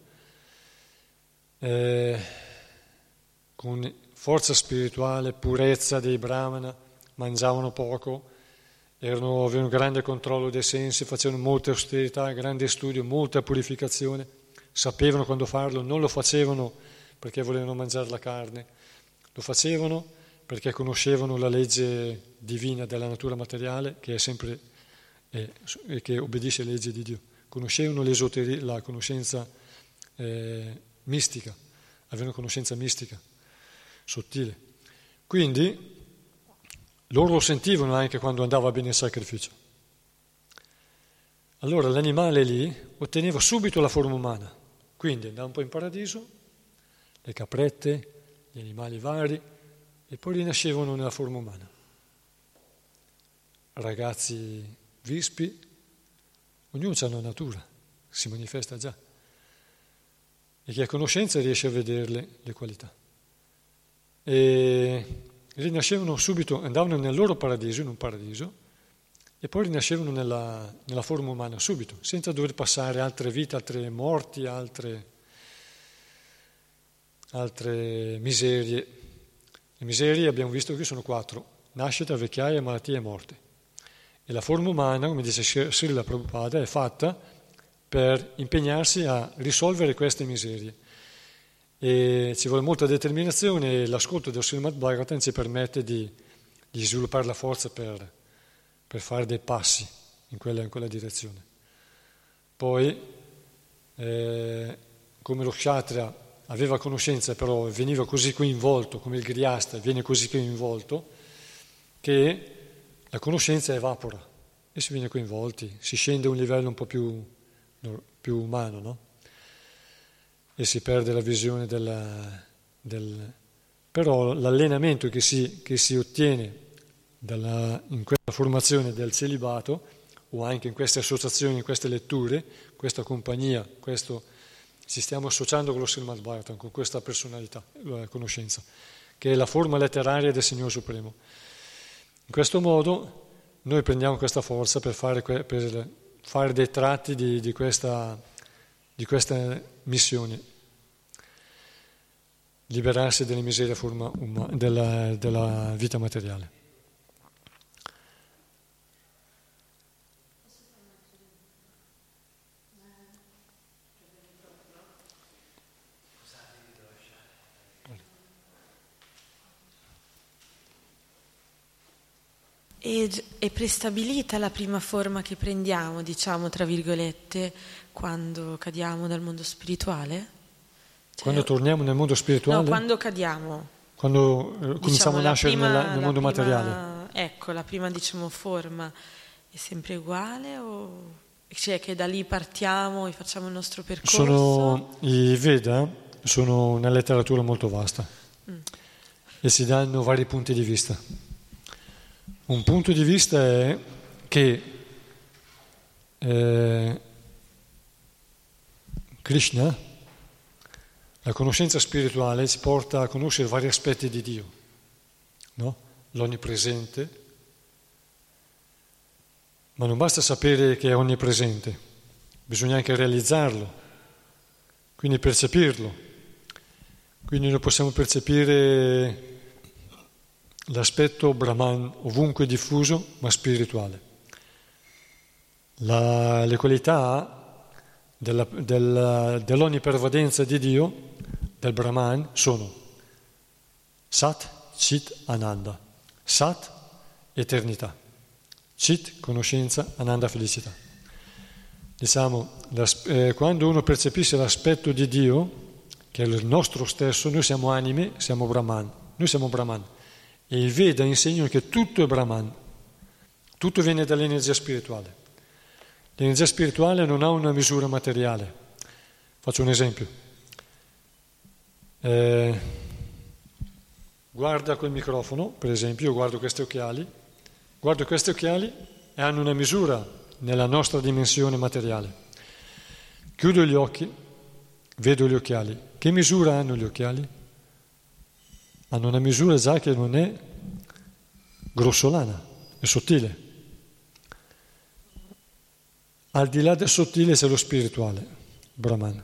eh, con forza spirituale, purezza dei brahmana, mangiavano poco, erano, avevano un grande controllo dei sensi, facevano molta austerità, grande studio, molta purificazione, sapevano quando farlo, non lo facevano perché volevano mangiare la carne, lo facevano perché conoscevano la legge divina della natura materiale, che è sempre eh, che obbedisce alle leggi di Dio. Conoscevano l'esoteria, la conoscenza eh, mistica, avevano conoscenza mistica, sottile. Quindi loro lo sentivano anche quando andava bene il sacrificio. Allora l'animale lì otteneva subito la forma umana, quindi andava un po' in paradiso, le caprette, gli animali vari, e poi rinascevano nella forma umana. Ragazzi vispi, ognuno ha una natura, si manifesta già. E chi ha conoscenza riesce a vederle le qualità. E rinascevano subito, andavano nel loro paradiso, in un paradiso, e poi rinascevano nella, nella forma umana subito, senza dover passare altre vite, altre morti, altre, altre miserie. Le miserie abbiamo visto che sono quattro: nascita, vecchiaia, malattia e morte. E la forma umana, come dice Srila Prabhupada, è fatta per impegnarsi a risolvere queste miserie. E ci vuole molta determinazione, e l'ascolto del Srimad Bhagavatam ci permette di, di sviluppare la forza per, per fare dei passi in quella, in quella direzione. Poi, eh, come lo kshatriya aveva conoscenza, però veniva così coinvolto, come il grihasta viene così coinvolto, che la conoscenza evapora e si viene coinvolti, si scende a un livello un po' più, più umano, no? E si perde la visione della, del... Però l'allenamento che si, che si ottiene dalla, in questa formazione del celibato, o anche in queste associazioni, in queste letture, questa compagnia, questo, ci stiamo associando con lo Srimad Bhagavatam, con questa personalità, la conoscenza, che è la forma letteraria del Signore Supremo. In questo modo noi prendiamo questa forza per fare, per fare dei tratti di, di, questa, di questa missione, liberarsi delle miserie forma uma, della, della vita materiale. E è prestabilita la prima forma che prendiamo, diciamo, tra virgolette, quando cadiamo dal mondo spirituale? Cioè, quando torniamo nel mondo spirituale? No, quando cadiamo. Quando eh, cominciamo diciamo, a nascere prima, nella, nel mondo prima, materiale? Ecco, la prima, diciamo, forma è sempre uguale? O cioè che da lì partiamo e facciamo il nostro percorso? Sono, i Veda sono una letteratura molto vasta mm. e si danno vari punti di vista. Un punto di vista è che eh, Krishna, la conoscenza spirituale, ci porta a conoscere vari aspetti di Dio, no? L'onnipresente, ma non basta sapere che è onnipresente, bisogna anche realizzarlo, quindi percepirlo. Quindi noi possiamo percepire l'aspetto Brahman ovunque diffuso, ma spirituale. La, le qualità della, della, dell'onnipervadenza di Dio, del Brahman, sono Sat, Chit, Ananda. Sat, eternità. Chit, conoscenza, Ananda, felicità. Diciamo, eh, quando uno percepisce l'aspetto di Dio, che è il nostro stesso, noi siamo anime, siamo Brahman. Noi siamo Brahman. E i Veda insegnano che tutto è Brahman, tutto viene dall'energia spirituale. L'energia spirituale non ha una misura materiale. Faccio un esempio. Eh, guarda quel microfono, per esempio, io guardo questi occhiali, guardo questi occhiali e hanno una misura nella nostra dimensione materiale. Chiudo gli occhi, vedo gli occhiali. Che misura hanno gli occhiali? Hanno una misura già che non è grossolana, è sottile. Al di là del sottile c'è lo spirituale, Brahman.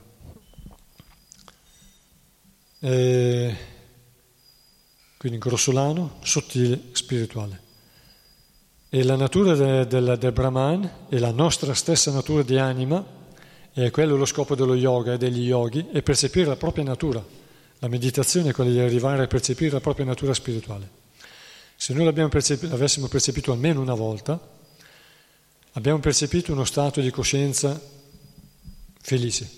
E quindi grossolano, sottile, spirituale. E la natura de, de, del Brahman e la nostra stessa natura di anima, e quello è lo scopo dello yoga e degli yogi, è percepire la propria natura. La meditazione è quella di arrivare a percepire la propria natura spirituale. Se noi l'abbiamo percepito, l'avessimo percepito almeno una volta, abbiamo percepito uno stato di coscienza felice,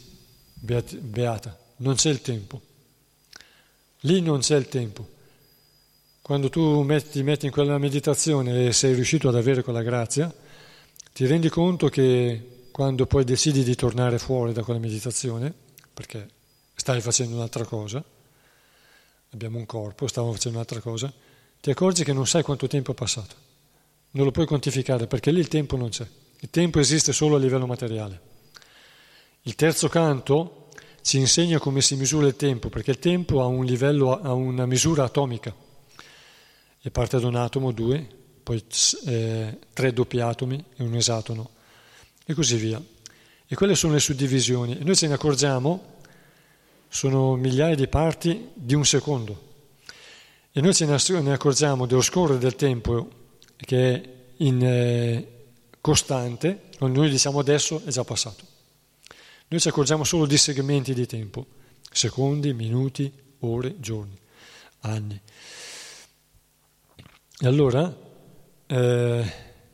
beata. Non c'è il tempo. Lì non c'è il tempo. quando tu metti, ti metti in quella meditazione e sei riuscito ad avere quella grazia, ti rendi conto che quando poi decidi di tornare fuori da quella meditazione, perché stai facendo un'altra cosa, abbiamo un corpo, stiamo facendo un'altra cosa, ti accorgi che non sai quanto tempo è passato. Non lo puoi quantificare perché lì il tempo non c'è. Il tempo esiste solo a livello materiale. Il terzo canto ci insegna come si misura il tempo, perché il tempo ha un livello, ha una misura atomica. E parte da un atomo, due, poi eh, tre doppi atomi e un esatono, e così via. E quelle sono le suddivisioni. E noi ce ne accorgiamo, sono migliaia di parti di un secondo. E noi ce ne accorgiamo dello scorrere del tempo che è in, eh, costante, quando noi diciamo adesso è già passato. Noi ci accorgiamo solo di segmenti di tempo, secondi, minuti, ore, giorni, anni. E allora eh,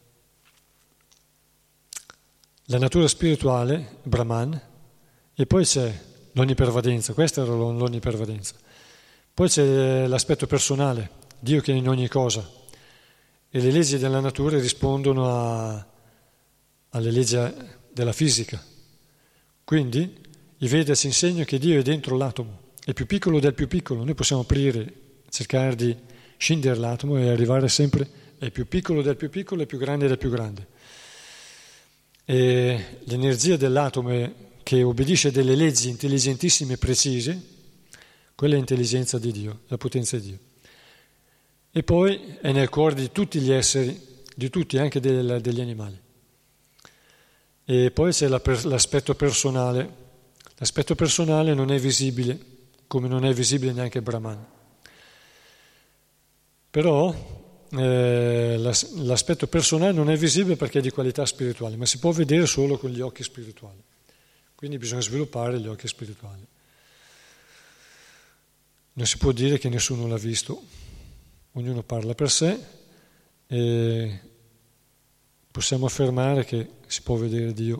la natura spirituale, Brahman, e poi c'è l'onnipervadenza, questa era l'onnipervadenza. Poi c'è l'aspetto personale, Dio che è in ogni cosa, e le leggi della natura rispondono a, alle leggi della fisica. Quindi i Veda ci insegnano che Dio è dentro l'atomo, è più piccolo del più piccolo. Noi possiamo aprire, cercare di scindere l'atomo e arrivare sempre, è più piccolo del più piccolo e più grande del più grande. E l'energia dell'atomo che obbedisce a delle leggi intelligentissime e precise, quella è l'intelligenza di Dio, la potenza di Dio. E poi è nel cuore di tutti gli esseri, di tutti, anche del, degli animali. E poi c'è la, l'aspetto personale. L'aspetto personale non è visibile, come non è visibile neanche Brahman. Però eh, l'aspetto personale non è visibile perché è di qualità spirituale, ma si può vedere solo con gli occhi spirituali. Quindi bisogna sviluppare gli occhi spirituali. Non si può dire che nessuno l'ha visto, ognuno parla per sé e possiamo affermare che si può vedere Dio.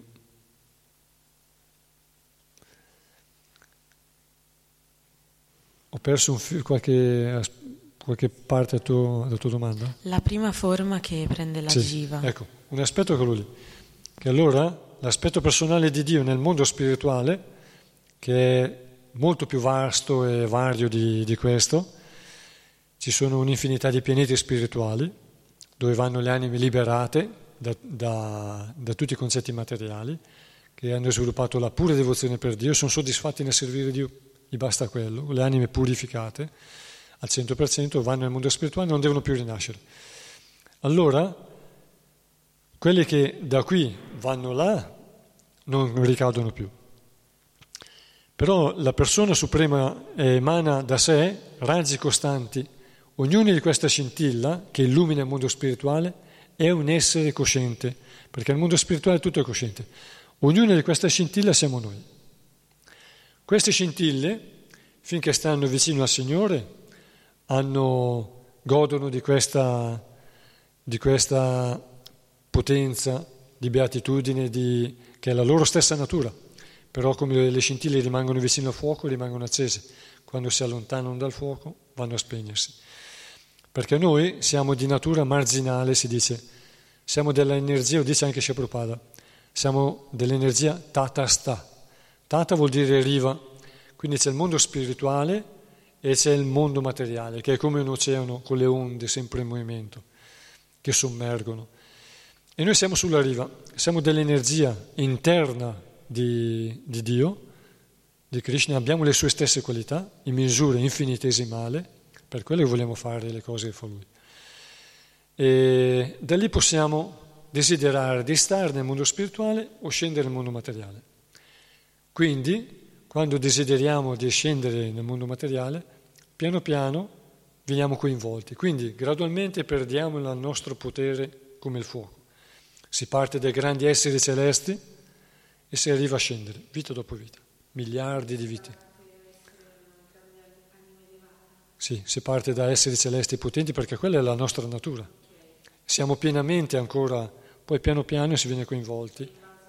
Ho perso un fi- qualche, qualche parte della tua, della tua domanda? La prima forma che prende la sì, jiva. Ecco, un aspetto è quello lì. Che allora l'aspetto personale di Dio nel mondo spirituale, che è molto più vasto e vario di, di questo, ci sono un'infinità di pianeti spirituali dove vanno le anime liberate da, da, da tutti i concetti materiali, che hanno sviluppato la pura devozione per Dio, sono soddisfatti nel servire Dio, gli basta quello, le anime purificate al cento per cento vanno nel mondo spirituale e non devono più rinascere. Allora, quelli che da qui vanno là non ricadono più. Però la persona suprema emana da sé raggi costanti. Ognuna di questa scintilla che illumina il mondo spirituale è un essere cosciente, perché nel mondo spirituale tutto è cosciente. Ognuna di queste scintille siamo noi. Queste scintille, finché stanno vicino al Signore, hanno, godono di questa, di questa potenza, di beatitudine, di, che è la loro stessa natura. Però come le scintille rimangono vicino al fuoco, rimangono accese. Quando si allontanano dal fuoco, vanno a spegnersi. Perché noi siamo di natura marginale, si dice. Siamo dell'energia, lo dice anche Sri Prabhupada, siamo dell'energia tatasta. Tata vuol dire riva, quindi c'è il mondo spirituale e c'è il mondo materiale, che è come un oceano con le onde sempre in movimento, che sommergono. E noi siamo sulla riva, siamo dell'energia interna di, di Dio, di Krishna, abbiamo le sue stesse qualità, in misura infinitesimale, per quello che vogliamo fare le cose che fa Lui. E da lì possiamo desiderare di stare nel mondo spirituale o scendere nel mondo materiale. Quindi, quando desideriamo di scendere nel mondo materiale, piano piano veniamo coinvolti. Quindi, gradualmente perdiamo il nostro potere come il fuoco. Si parte dai grandi esseri celesti e si arriva a scendere, vita dopo vita, miliardi di vite. Sì, si parte da esseri celesti potenti perché quella è la nostra natura. Siamo pienamente ancora, poi piano piano si viene coinvolti.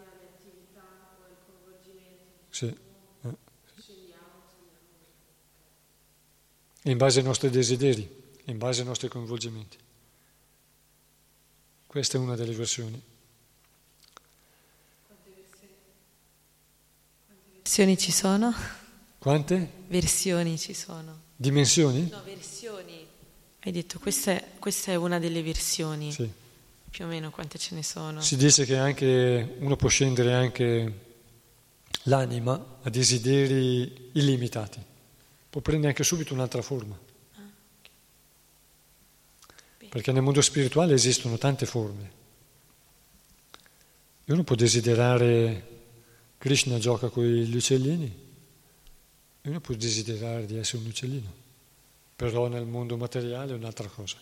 Sì. Eh. In base ai nostri desideri. in base ai nostri coinvolgimenti. Questa è una delle versioni. Versioni ci sono? Quante? Versioni ci sono. Dimensioni? No, versioni. Hai detto, questa è, questa è una delle versioni. Sì. Più o meno quante ce ne sono? Si dice che anche uno può scendere anche l'anima a desideri illimitati. Può prendere anche subito un'altra forma. Ah, okay. Perché nel mondo spirituale esistono tante forme. E uno può desiderare Krishna gioca con gli uccellini e uno può desiderare di essere un uccellino. Però nel mondo materiale è un'altra cosa.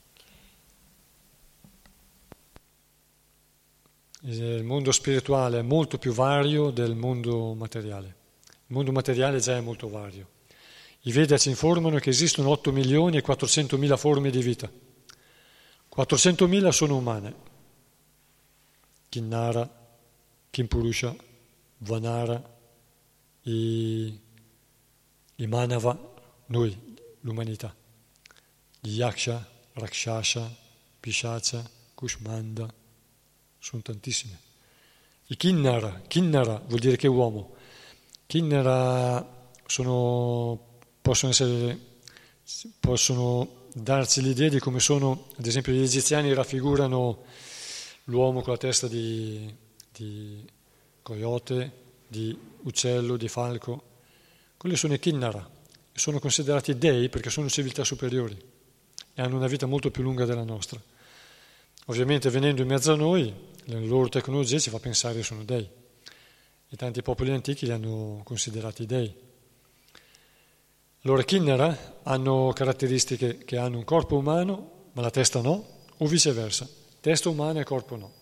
Il mondo spirituale è molto più vario del mondo materiale. Il mondo materiale già è molto vario. I Veda ci informano che esistono otto milioni e quattrocentomila forme di vita. quattrocentomila sono umane. Kinnara, Kimpurusha, Vanara, i, i Manava, noi, l'umanità. Gli Yaksha, Rakshasa, Pishacha, Kushmanda, sono tantissime. I Kinnara, Kinnara vuol dire che è uomo. Kinnara sono, possono essere, possono darci l'idea di come sono, ad esempio gli egiziani raffigurano l'uomo con la testa di, di coyote, di uccello, di falco. Quelli sono i Kinnara, e sono considerati dei perché sono civiltà superiori e hanno una vita molto più lunga della nostra. Ovviamente venendo in mezzo a noi, la loro tecnologia ci fa pensare che sono dei. E tanti popoli antichi li hanno considerati dei. Allora Kinnara hanno caratteristiche che hanno un corpo umano, ma la testa no, o viceversa. Testa umana e corpo no.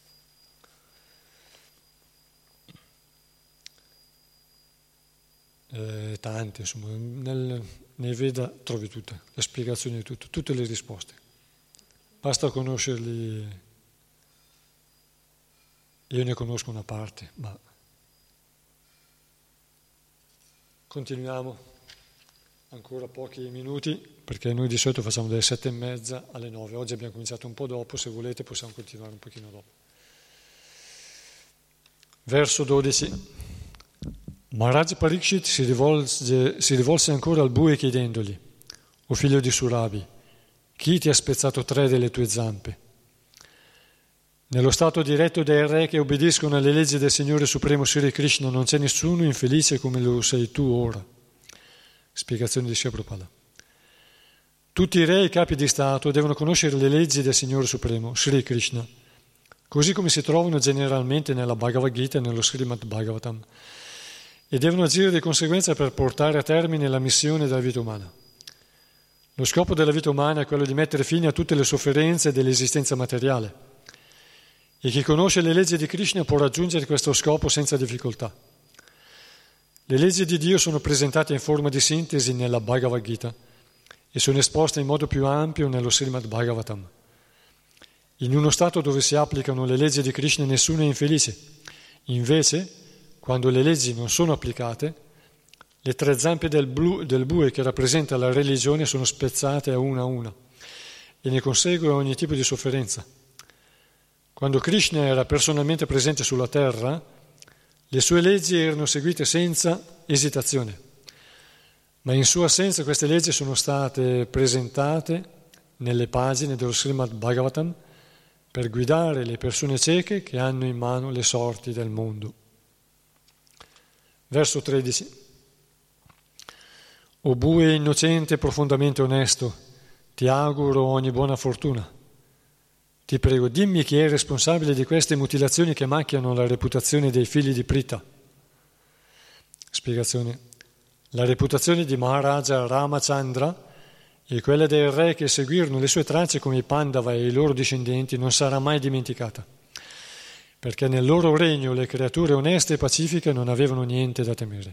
Eh, tante, insomma, nel, nei Veda trovi tutte, le spiegazioni di tutto, tutte le risposte. Basta conoscerli. Io ne conosco una parte, ma continuiamo ancora pochi minuti, perché noi di solito facciamo dalle sette e mezza alle nove. Oggi abbiamo cominciato un po' dopo, se volete possiamo continuare un pochino dopo. Verso dodici. Maharaj Parikshit si rivolge, si rivolse ancora al bue chiedendogli: o figlio di Surabi, chi ti ha spezzato tre delle tue zampe? Nello stato diretto dei re che obbediscono alle leggi del Signore Supremo Sri Krishna non c'è nessuno infelice come lo sei tu ora. Spiegazione di Sri Prabhupada. Tutti i re e i capi di Stato devono conoscere le leggi del Signore Supremo Sri Krishna, così come si trovano generalmente nella Bhagavad Gita e nello Srimad Bhagavatam, e devono agire di conseguenza per portare a termine la missione della vita umana. Lo scopo della vita umana è quello di mettere fine a tutte le sofferenze dell'esistenza materiale. E chi conosce le leggi di Krishna può raggiungere questo scopo senza difficoltà. Le leggi di Dio sono presentate in forma di sintesi nella Bhagavad Gita e sono esposte in modo più ampio nello Srimad Bhagavatam. In uno stato dove si applicano le leggi di Krishna nessuno è infelice. Invece, quando le leggi non sono applicate, le tre zampe del, blu, del bue che rappresenta la religione sono spezzate a una a una e ne consegue ogni tipo di sofferenza. Quando Krishna era personalmente presente sulla terra, le sue leggi erano seguite senza esitazione, ma in sua assenza queste leggi sono state presentate nelle pagine dello Srimad Bhagavatam per guidare le persone cieche che hanno in mano le sorti del mondo. Verso tredici. O bue innocente e profondamente onesto, ti auguro ogni buona fortuna. Ti prego, dimmi chi è responsabile di queste mutilazioni che macchiano la reputazione dei figli di Prita. Spiegazione. La reputazione di Maharaja Ramachandra e quella dei re che seguirono le sue tracce come i Pandava e i loro discendenti non sarà mai dimenticata, perché nel loro regno le creature oneste e pacifiche non avevano niente da temere.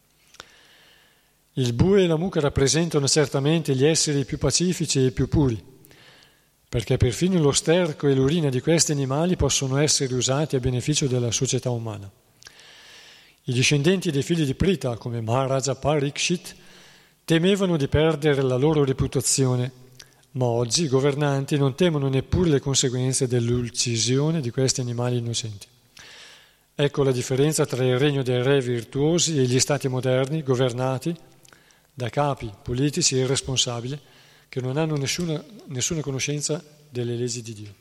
Il bue e la mucca rappresentano certamente gli esseri più pacifici e più puri, perché perfino lo sterco e l'urina di questi animali possono essere usati a beneficio della società umana. I discendenti dei figli di Prita, come Maharaja Parikshit, temevano di perdere la loro reputazione Ma oggi i governanti non temono neppure le conseguenze dell'uccisione di questi animali innocenti. Ecco la differenza tra il regno dei re virtuosi e gli stati moderni governati da capi politici irresponsabili che non hanno nessuna, nessuna conoscenza delle leggi di Dio.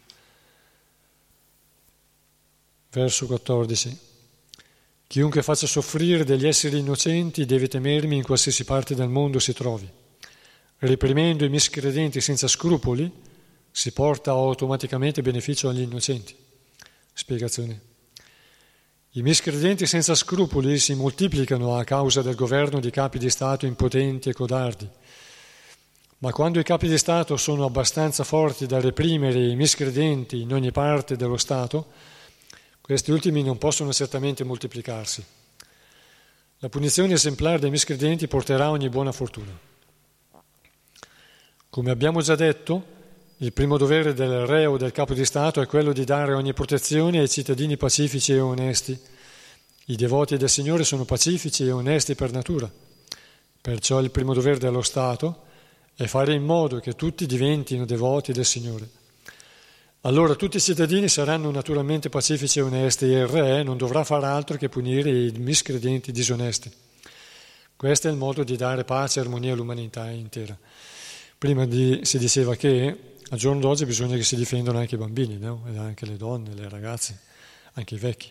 Verso quattordici. Chiunque faccia soffrire degli esseri innocenti deve temermi in qualsiasi parte del mondo si trovi. Reprimendo i miscredenti senza scrupoli si porta automaticamente beneficio agli innocenti. Spiegazione. I miscredenti senza scrupoli si moltiplicano a causa del governo di capi di Stato impotenti e codardi. Ma quando i capi di Stato sono abbastanza forti da reprimere i miscredenti in ogni parte dello Stato, questi ultimi non possono certamente moltiplicarsi. La punizione esemplare dei miscredenti porterà ogni buona fortuna. Come abbiamo già detto, il primo dovere del re o del capo di Stato è quello di dare ogni protezione ai cittadini pacifici e onesti. I devoti del Signore sono pacifici e onesti per natura. Perciò il primo dovere dello Stato è fare in modo che tutti diventino devoti del Signore. Allora tutti i cittadini saranno naturalmente pacifici e onesti e il re non dovrà far altro che punire i miscredenti disonesti. Questo è il modo di dare pace e armonia all'umanità intera. Prima di, si diceva che al giorno d'oggi bisogna che si difendano anche i bambini, no? E anche le donne, le ragazze, anche i vecchi.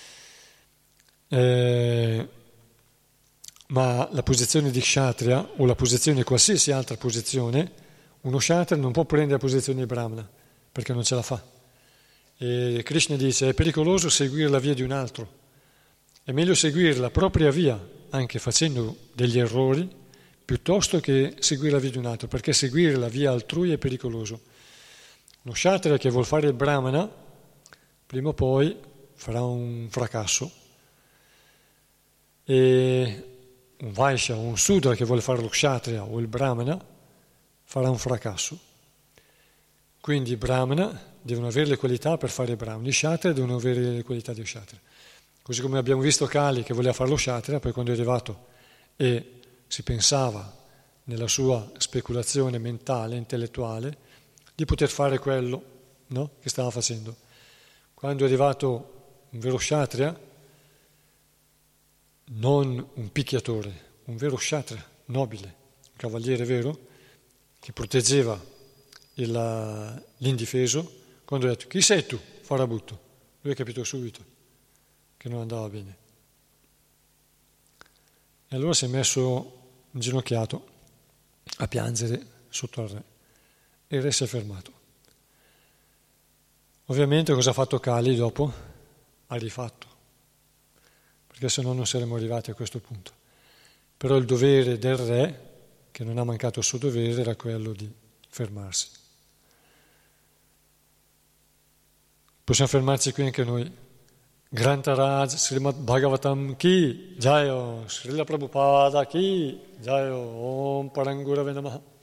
Eh, ma la posizione di kshatriya o la posizione qualsiasi altra posizione, uno kshatriya non può prendere la posizione di brahmana perché non ce la fa. E Krishna dice: è pericoloso seguire la via di un altro, è meglio seguire la propria via anche facendo degli errori piuttosto che seguire la via di un altro, perché seguire la via altrui è pericoloso. Lo kshatriya che vuol fare il brahmana prima o poi farà un fracasso, e un vaishya o un sudra che vuole fare lo kshatriya o il brahmana farà un fracasso. Quindi i brahmana devono avere le qualità per fare i brahmani, i kshatriya devono avere le qualità di kshatriya. Così come abbiamo visto Kali che voleva fare lo kshatriya, poi quando è arrivato e si pensava nella sua speculazione mentale, intellettuale, di poter fare quello, no? Che stava facendo. Quando è arrivato un vero kshatriya, non un picchiatore, un vero kshatriya, nobile, un cavaliere vero, che proteggeva il, l'indifeso, quando ha detto: chi sei tu, farabutto? Lui ha capito subito che non andava bene. E allora si è messo inginocchiato a piangere sotto al re, e il re si è fermato. Ovviamente cosa ha fatto Kali dopo? Ha rifatto, perché se no non saremmo arrivati a questo punto. Però il dovere del re, che non ha mancato il suo dovere, era quello di fermarsi. Possiamo fermarci qui anche noi. Grantaraj Srimad Bhagavatam ki Jayo, Srila Prabhupada ki Jayo, Om Parangurave Namaha.